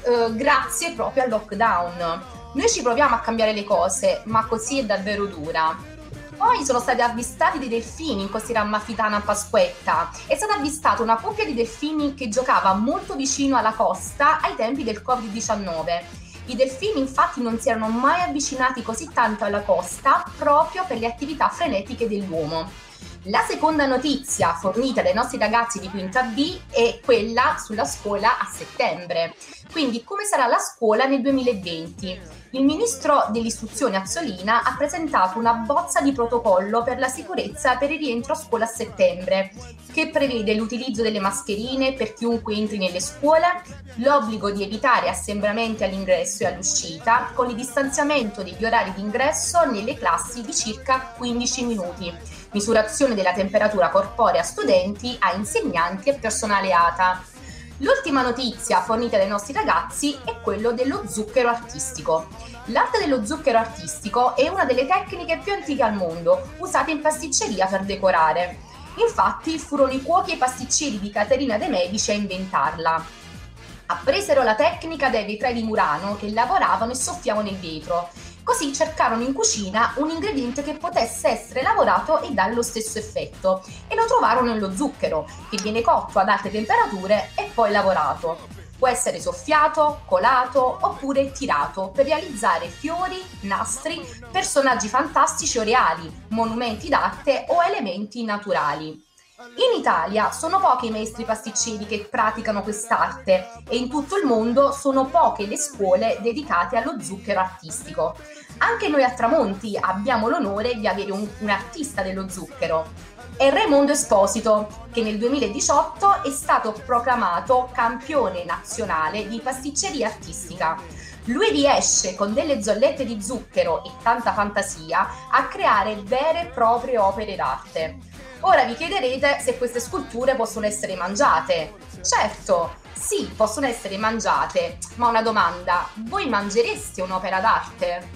grazie proprio al lockdown. Noi ci proviamo a cambiare le cose, ma così è davvero dura. Poi sono stati avvistati dei delfini in costiera Amalfitana a Pasquetta. È stata avvistata una coppia di delfini che giocava molto vicino alla costa ai tempi del Covid-19. I delfini infatti non si erano mai avvicinati così tanto alla costa proprio per le attività frenetiche dell'uomo. La seconda notizia fornita dai nostri ragazzi di quinta B è quella sulla scuola a settembre. Quindi come sarà la scuola nel 2020? Il ministro dell'istruzione Azzolina ha presentato una bozza di protocollo per la sicurezza per il rientro a scuola a settembre, che prevede l'utilizzo delle mascherine per chiunque entri nelle scuole, l'obbligo di evitare assembramenti all'ingresso e all'uscita, con il distanziamento degli orari di ingresso nelle classi di circa 15 minuti, misurazione della temperatura corporea a studenti, a insegnanti e personale ATA. L'ultima notizia fornita dai nostri ragazzi è quello dello zucchero artistico. L'arte dello zucchero artistico è una delle tecniche più antiche al mondo, usate in pasticceria per decorare. Infatti furono i cuochi e i pasticceri di Caterina de' Medici a inventarla. Appresero la tecnica dai vetrai di Murano che lavoravano e soffiavano il vetro. Così cercarono in cucina un ingrediente che potesse essere lavorato e dare lo stesso effetto e lo trovarono nello zucchero, che viene cotto ad alte temperature e poi lavorato. Può essere soffiato, colato oppure tirato per realizzare fiori, nastri, personaggi fantastici o reali, monumenti d'arte o elementi naturali. In Italia sono pochi i maestri pasticceri che praticano quest'arte e in tutto il mondo sono poche le scuole dedicate allo zucchero artistico. Anche noi a Tramonti abbiamo l'onore di avere un artista dello zucchero. È Raimondo Esposito, che nel 2018 è stato proclamato campione nazionale di pasticceria artistica. Lui riesce con delle zollette di zucchero e tanta fantasia a creare vere e proprie opere d'arte. Ora vi chiederete se queste sculture possono essere mangiate. Certo, sì, possono essere mangiate, ma una domanda, voi mangereste un'opera d'arte?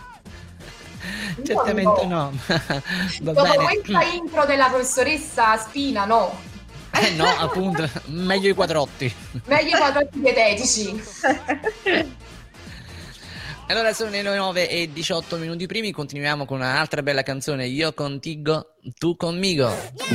Certamente no. Dopo questa intro della professoressa Spina, no. No, appunto, meglio i quadrotti. Meglio i quadrotti dietetici. Allora sono le 9:18 minuti primi, continuiamo con un'altra bella canzone, Io contigo, tu conmigo.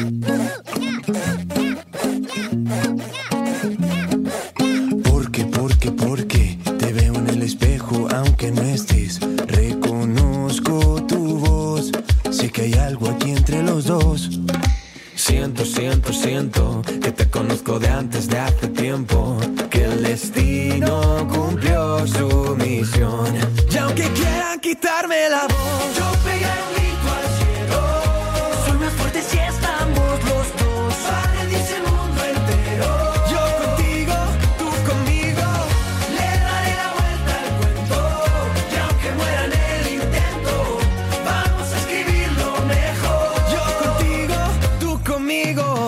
Porque te veo en el espejo aunque no estés, reconozco tu voz, sé que hay algo aquí entre los dos. Siento que te conozco de antes de hace tiempo, que el destino cumplió su misión. Y aunque quieran quitarme la voz, yo pegaré un grito al cielo. Soy más fuerte si estamos los dos. Paradise el mundo entero. Yo contigo, tú conmigo. Le daré la vuelta al cuento. Y aunque muera en el intento, vamos a escribirlo mejor. Yo contigo, tú conmigo.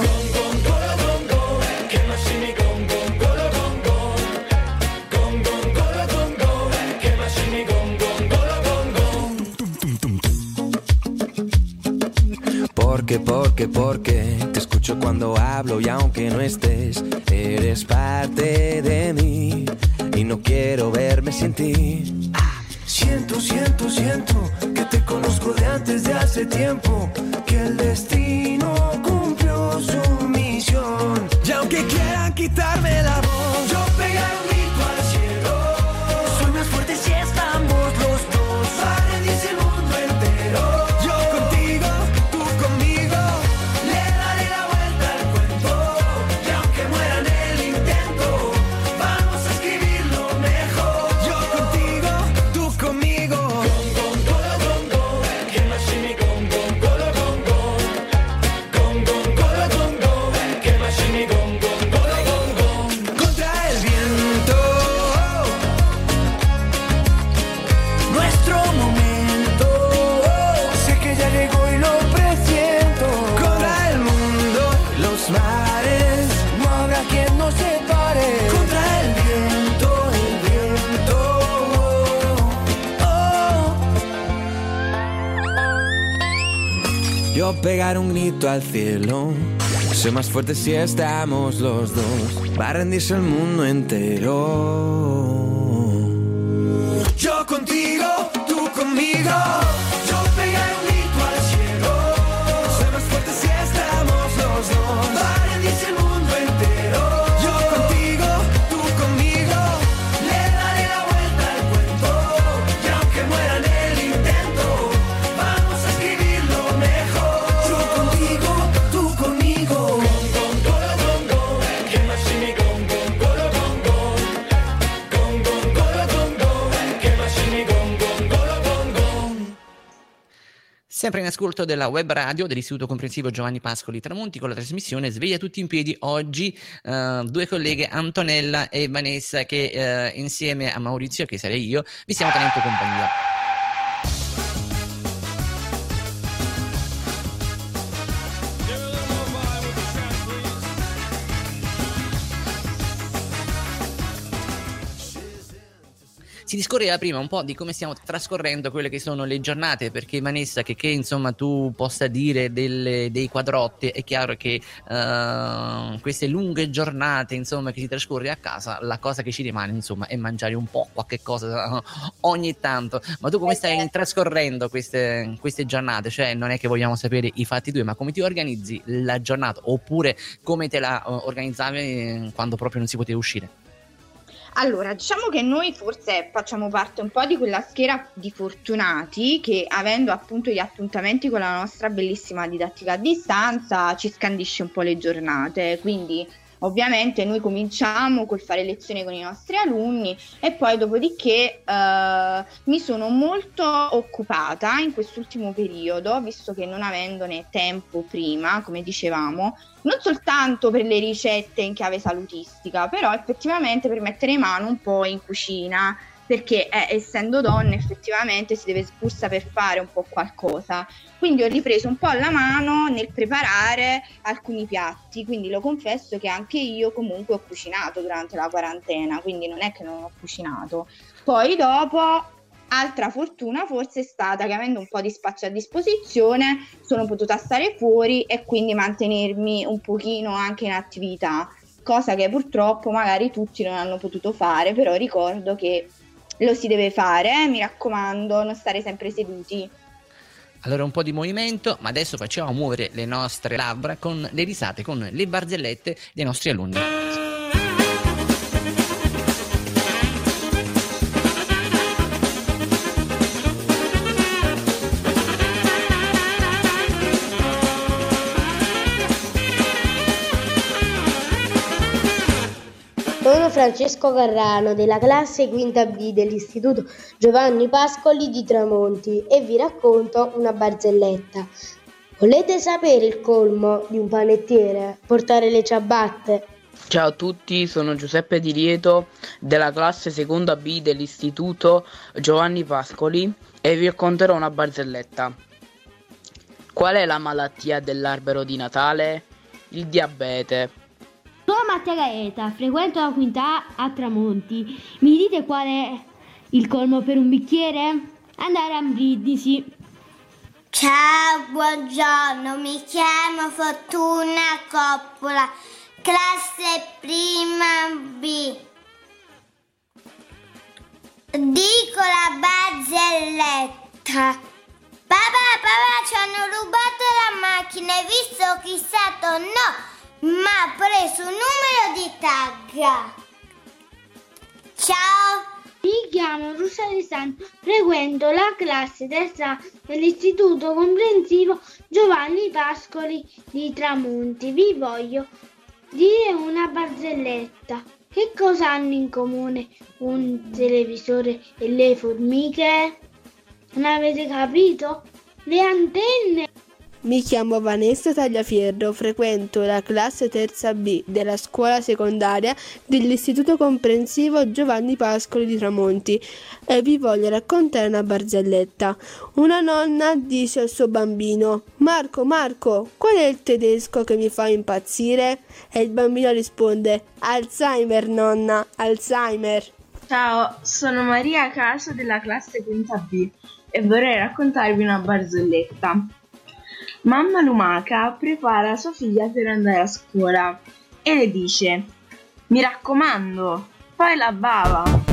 Porque te escucho cuando hablo y aunque no estés, eres parte de mí y no quiero verme sin ti. Siento que Te conozco de antes de hace tiempo, que el destino cumplió su misión. Y aunque quieran quitarme la voz, yo pegaré un grito al cielo. Soy más fuerte si estamos los dos. Va a rendirse el mundo entero. Yo contigo, tú conmigo. Le daré la vuelta al cuento. Y aunque muera en el intento, vamos a escribirlo mejor. Yo contigo, tú conmigo. Contra el viento, nuestro momento. Sé que ya llegó y lo presiento. Contra el mundo, los mares, no habrá quien nos separe. Contra el viento, Yo pegar un grito al cielo. Soy más fuerte si estamos los dos. Va a rendirse el mundo entero. Yo contigo, tú conmigo. Yo pegaré un grito al cielo. Soy más fuerte si estamos los dos. Va a rendirse el mundo entero. Yo contigo, tú conmigo. Le daré la vuelta al cuento. Y aunque muera en el intento, vamos a escribirlo mejor. Yo contigo, tú conmigo. Sempre in ascolto della web radio dell'Istituto Comprensivo Giovanni Pascoli Tramonti con la trasmissione Sveglia tutti in piedi. Oggi due colleghe, Antonella e Vanessa, che insieme a Maurizio, che sarei io, vi stiamo tenendo compagnia. Si discorreva prima un po' di come stiamo trascorrendo quelle che sono le giornate, perché Vanessa, che insomma tu possa dire dei quadrotti, è chiaro che queste lunghe giornate insomma che si trascorre a casa, la cosa che ci rimane insomma è mangiare un po' qualche cosa ogni tanto. Ma tu come stai trascorrendo queste giornate? Cioè non è che vogliamo sapere i fatti tuoi, ma come ti organizzi la giornata, oppure come te la organizzavi quando proprio non si poteva uscire? Allora, diciamo che noi forse facciamo parte un po' di quella schiera di fortunati che, avendo appunto gli appuntamenti con la nostra bellissima didattica a distanza, ci scandisce un po' le giornate. Quindi ovviamente noi cominciamo col fare lezione con i nostri alunni e poi dopodiché mi sono molto occupata in quest'ultimo periodo, visto che non avendone tempo prima, come dicevamo, non soltanto per le ricette in chiave salutistica, però effettivamente per mettere mano un po' in cucina, perché essendo donne effettivamente si deve pur saper fare un po' qualcosa. Quindi ho ripreso un po' la mano nel preparare alcuni piatti, quindi lo confesso che anche io comunque ho cucinato durante la quarantena, quindi non è che non ho cucinato. Poi dopo, altra fortuna forse è stata che, avendo un po' di spazio a disposizione, sono potuta stare fuori e quindi mantenermi un pochino anche in attività, cosa che purtroppo magari tutti non hanno potuto fare, però ricordo che lo si deve fare, mi raccomando, non stare sempre seduti. Allora un po' di movimento, ma adesso facciamo muovere le nostre labbra con le risate, con le barzellette dei nostri alunni. Sono Francesco Carrano della classe quinta B dell'Istituto Giovanni Pascoli di Tramonti e vi racconto una barzelletta. Volete sapere il colmo di un panettiere? Portare le ciabatte. Ciao a tutti, sono Giuseppe Di Lieto della classe seconda B dell'Istituto Giovanni Pascoli e vi racconterò una barzelletta. Qual è la malattia dell'albero di Natale? Il diabete. Sono Mattia Gaeta, frequento la quinta A Tramonti. Mi dite qual è il colmo per un bicchiere? Andare a Brindisi. Ciao, buongiorno, mi chiamo Fortuna Coppola, classe prima B. Dico la barzelletta. Papà, ci hanno rubato la macchina, hai visto chi è stato? No, ma ha preso un numero di tag. Ciao. Mi chiamo Rosa Di Santo, frequento la classe terza dell'Istituto Comprensivo Giovanni Pascoli di Tramonti. Vi voglio dire una barzelletta. Che cosa hanno in comune un televisore e le formiche? Non avete capito? Le antenne! Mi chiamo Vanessa Tagliaferro, frequento la classe terza B della scuola secondaria dell'Istituto Comprensivo Giovanni Pascoli di Tramonti e vi voglio raccontare una barzelletta. Una nonna dice al suo bambino: Marco, qual è il tedesco che mi fa impazzire? E il bambino risponde: Alzheimer, nonna, Alzheimer. Ciao, sono Maria Caso della classe quinta B e vorrei raccontarvi una barzelletta. Mamma lumaca prepara sua figlia per andare a scuola e le dice: mi raccomando, fai la bava.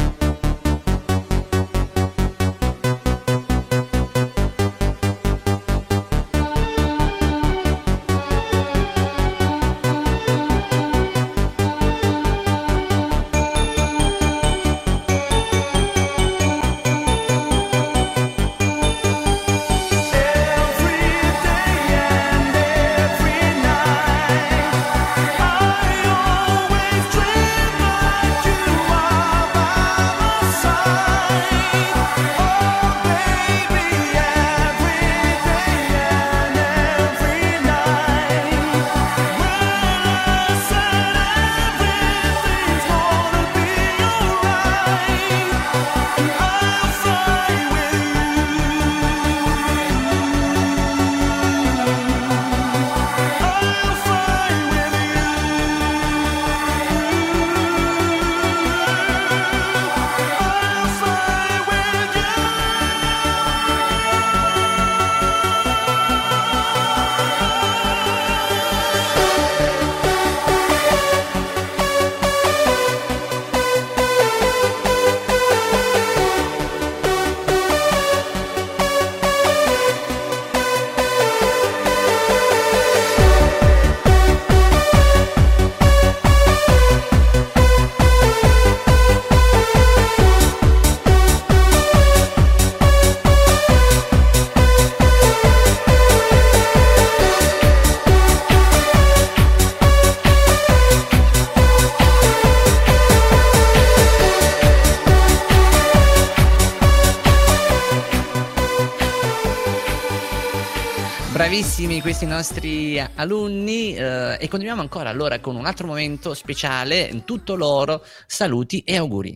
Bravissimi questi nostri alunni e continuiamo ancora allora con un altro momento speciale, tutto loro, saluti e auguri.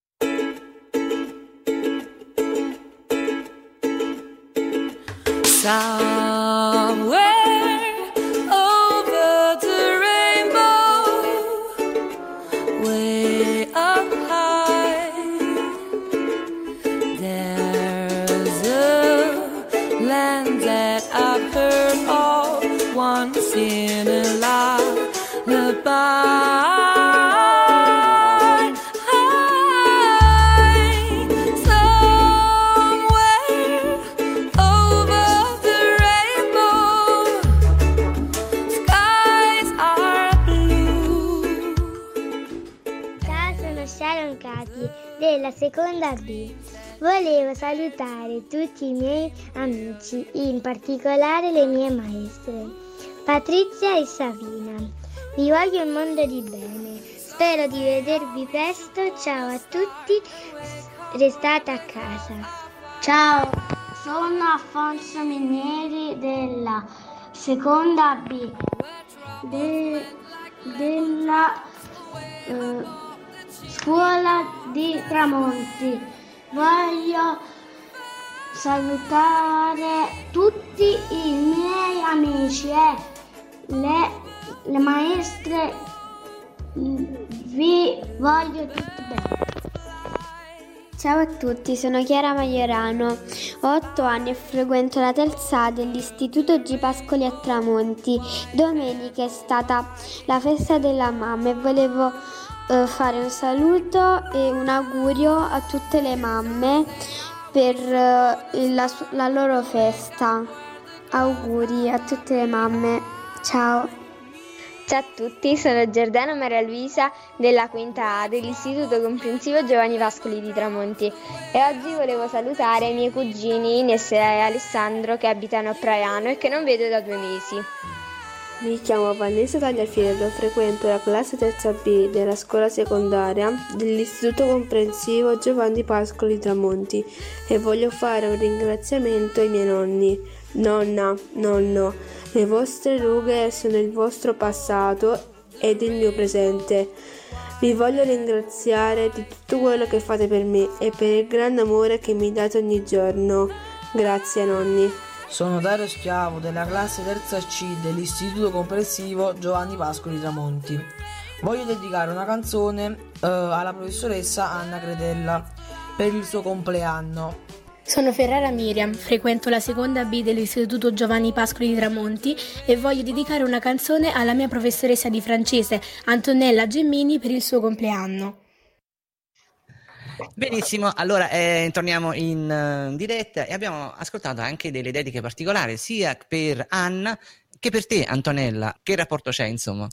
Somewhere over the rainbow, way up high, there's a land that I've heard of once in a lullaby. Della seconda B. Volevo salutare tutti i miei amici, in particolare le mie maestre, Patrizia e Savina. Vi voglio un mondo di bene. Spero di vedervi presto. Ciao a tutti, restate a casa. Ciao, sono Alfonso Minieri della seconda B della scuola di Tramonti. Voglio salutare tutti i miei amici e le maestre. Vi voglio tutti bene. Ciao a tutti, sono Chiara Maiorano, ho 8 anni e frequento la terza A dell'Istituto G. Pascoli a Tramonti. Domenica è stata la festa della mamma e volevo fare un saluto e un augurio a tutte le mamme per la loro festa. Auguri a tutte le mamme. Ciao. Ciao a tutti, sono Giordana Maria Luisa della quinta A dell'Istituto Comprensivo Giovanni Pascoli di Tramonti e oggi volevo salutare i miei cugini Ines e Alessandro che abitano a Praiano e che non vedo da 2 mesi. Mi chiamo Vanessa Tagliafiero, frequento la classe terza B della scuola secondaria dell'Istituto Comprensivo Giovanni Pascoli di Tramonti e voglio fare un ringraziamento ai miei nonni. Nonna, nonno, le vostre rughe sono il vostro passato ed il mio presente. Vi voglio ringraziare di tutto quello che fate per me e per il grande amore che mi date ogni giorno. Grazie nonni. Sono Dario Schiavo della classe terza C dell'Istituto Comprensivo Giovanni Pascoli di Tramonti. Voglio dedicare una canzone alla professoressa Anna Credella per il suo compleanno. Sono Ferrara Miriam, frequento la seconda B dell'Istituto Giovanni Pascoli di Tramonti e voglio dedicare una canzone alla mia professoressa di francese Antonella Gemmini per il suo compleanno. Benissimo, allora torniamo in diretta e abbiamo ascoltato anche delle dediche particolari sia per Anna che per te Antonella. Che rapporto c'è insomma?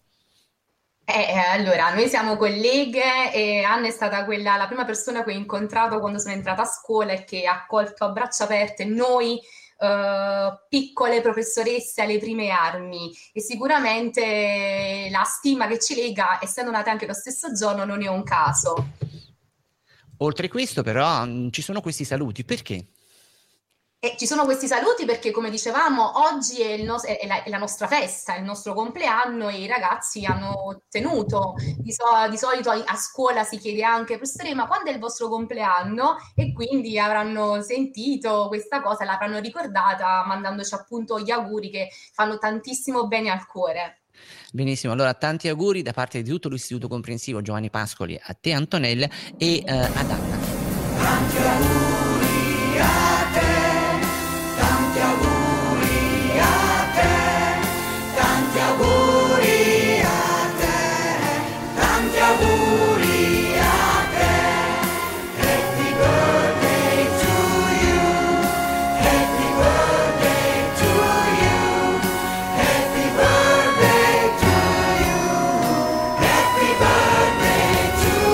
Allora, noi siamo colleghe e Anna è stata la prima persona che ho incontrato quando sono entrata a scuola e che ha accolto a braccia aperte noi piccole professoresse alle prime armi e sicuramente la stima che ci lega, essendo nate anche lo stesso giorno, non è un caso. Oltre questo però ci sono questi saluti, perché? Ci sono questi saluti perché, come dicevamo, oggi è la nostra festa, è il nostro compleanno e i ragazzi hanno tenuto. Di solito a scuola si chiede anche, professore, ma quando è il vostro compleanno? E quindi avranno sentito questa cosa, l'avranno ricordata mandandoci appunto gli auguri che fanno tantissimo bene al cuore. Benissimo, allora tanti auguri da parte di tutto l'Istituto Comprensivo Giovanni Pascoli a te Antonella e ad Anna. Tanti auguri a te. Tanti auguri a te, tanti auguri a te, tanti auguri a te. Happy birthday to you, happy birthday to you, happy birthday to you, happy birthday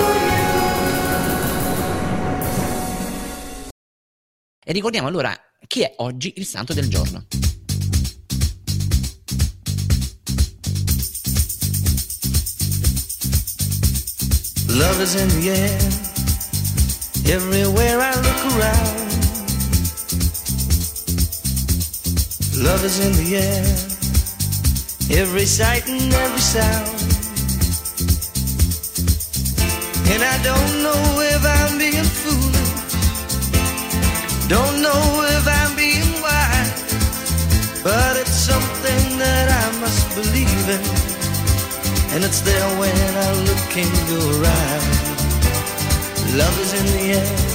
to you. E ricordiamo allora chi è oggi il santo del giorno. Love is in the air, everywhere I look around. Love is in the air, every sight and every sound. And I don't know if I'm being foolish, don't know if I'm being wise, but it's something that I must believe in, and it's there when I look in your eyes. Love is in the air.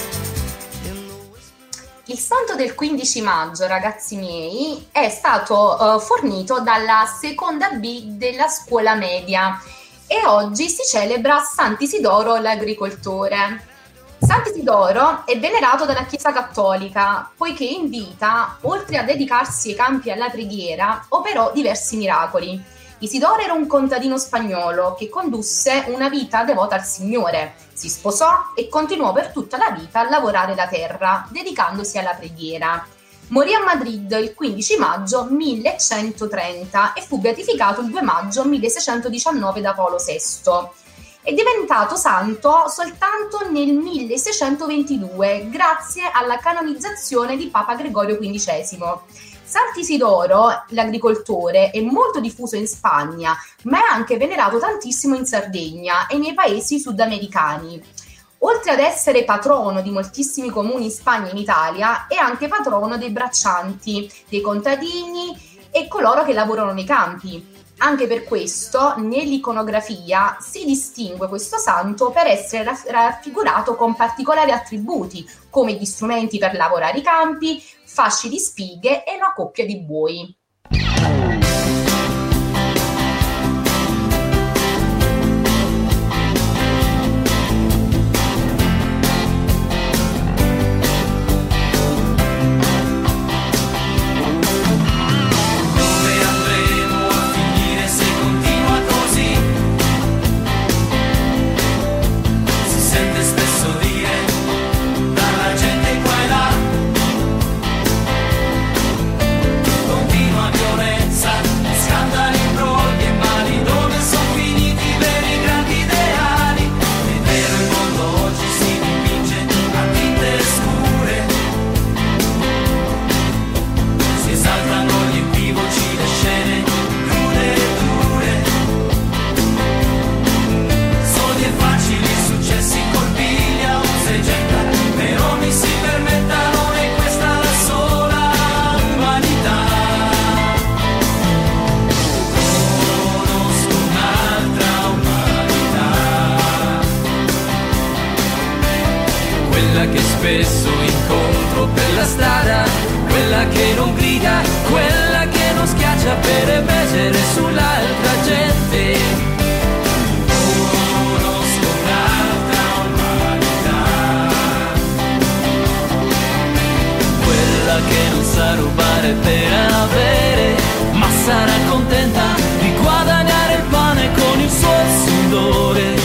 Il santo del 15 maggio, ragazzi miei, è stato fornito dalla seconda B della scuola media e oggi si celebra Sant'Isidoro l'agricoltore. Sant'Isidoro è venerato dalla Chiesa Cattolica, poiché in vita, oltre a dedicarsi ai campi e alla preghiera, operò diversi miracoli. Isidoro era un contadino spagnolo che condusse una vita devota al Signore, si sposò e continuò per tutta la vita a lavorare la terra, dedicandosi alla preghiera. Morì a Madrid il 15 maggio 1130 e fu beatificato il 2 maggio 1619 da Paolo VI. È diventato santo soltanto nel 1622, grazie alla canonizzazione di Papa Gregorio XV. Sant'Isidoro, l'agricoltore, è molto diffuso in Spagna, ma è anche venerato tantissimo in Sardegna e nei paesi sudamericani. Oltre ad essere patrono di moltissimi comuni in Spagna e in Italia, è anche patrono dei braccianti, dei contadini e coloro che lavorano nei campi. Anche per questo, nell'iconografia si distingue questo santo per essere raffigurato con particolari attributi, come gli strumenti per lavorare i campi, fasci di spighe e una coppia di buoi. spesso incontro per la strada, quella che non grida, quella che non schiaccia per emergere sull'altra gente. Conosco un'altra umanità, quella che non sa rubare per avere, ma sarà contenta di guadagnare il pane con il suo sudore.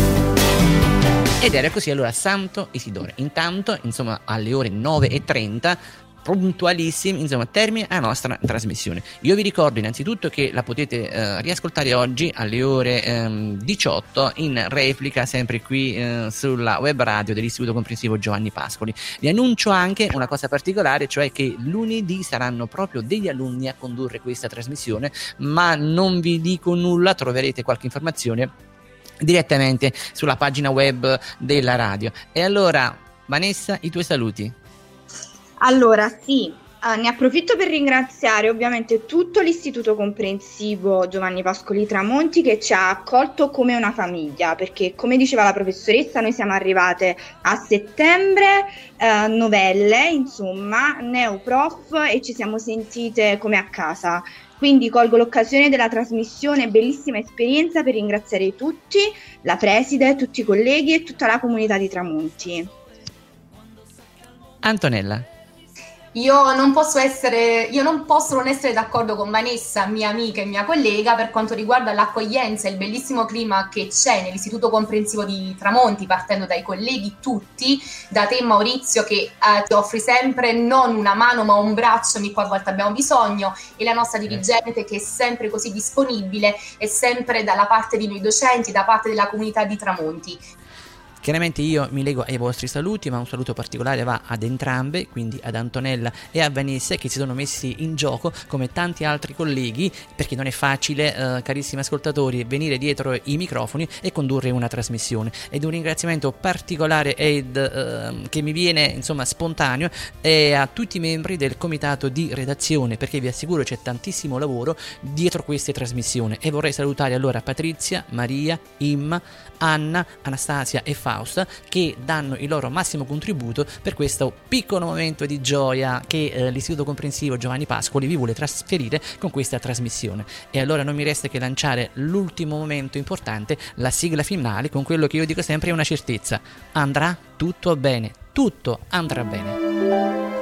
Ed era così allora Santo Isidore. Intanto, insomma, alle ore 9:30, puntualissimi, insomma, termina la nostra trasmissione. Io vi ricordo innanzitutto che la potete riascoltare oggi alle ore 18 in replica, sempre qui sulla web radio dell'Istituto Comprensivo Giovanni Pascoli. Vi annuncio anche una cosa particolare, cioè che lunedì saranno proprio degli alunni a condurre questa trasmissione, ma non vi dico nulla, troverete qualche informazione direttamente sulla pagina web della radio. E allora, Vanessa, i tuoi saluti. Allora, sì, ne approfitto per ringraziare ovviamente tutto l'Istituto Comprensivo Giovanni Pascoli Tramonti, che ci ha accolto come una famiglia, perché come diceva la professoressa noi siamo arrivate a settembre, novelle, insomma, neoprof, e ci siamo sentite come a casa. Quindi colgo l'occasione della trasmissione, bellissima esperienza, per ringraziare tutti, la preside, tutti i colleghi e tutta la comunità di Tramonti. Antonella. Io non posso non essere d'accordo con Vanessa, mia amica e mia collega, per quanto riguarda l'accoglienza e il bellissimo clima che c'è nell'Istituto Comprensivo di Tramonti, partendo dai colleghi tutti, da te Maurizio che ti offri sempre non una mano ma un braccio ogni qualvolta abbiamo bisogno, e la nostra dirigente che è sempre così disponibile e sempre dalla parte di noi docenti, da parte della comunità di Tramonti. Chiaramente io mi lego ai vostri saluti, ma un saluto particolare va ad entrambe, quindi ad Antonella e a Vanessa, che si sono messi in gioco come tanti altri colleghi, perché non è facile, carissimi ascoltatori, venire dietro i microfoni e condurre una trasmissione. Ed un ringraziamento particolare che mi viene insomma spontaneo è a tutti i membri del comitato di redazione, perché vi assicuro c'è tantissimo lavoro dietro queste trasmissioni. E vorrei salutare allora Patrizia, Maria, Imma, Anna, Anastasia e Fausta, che danno il loro massimo contributo per questo piccolo momento di gioia che l'Istituto Comprensivo Giovanni Pascoli vi vuole trasferire con questa trasmissione. E allora non mi resta che lanciare l'ultimo momento importante, la sigla finale, con quello che io dico sempre è una certezza: andrà tutto bene, tutto andrà bene.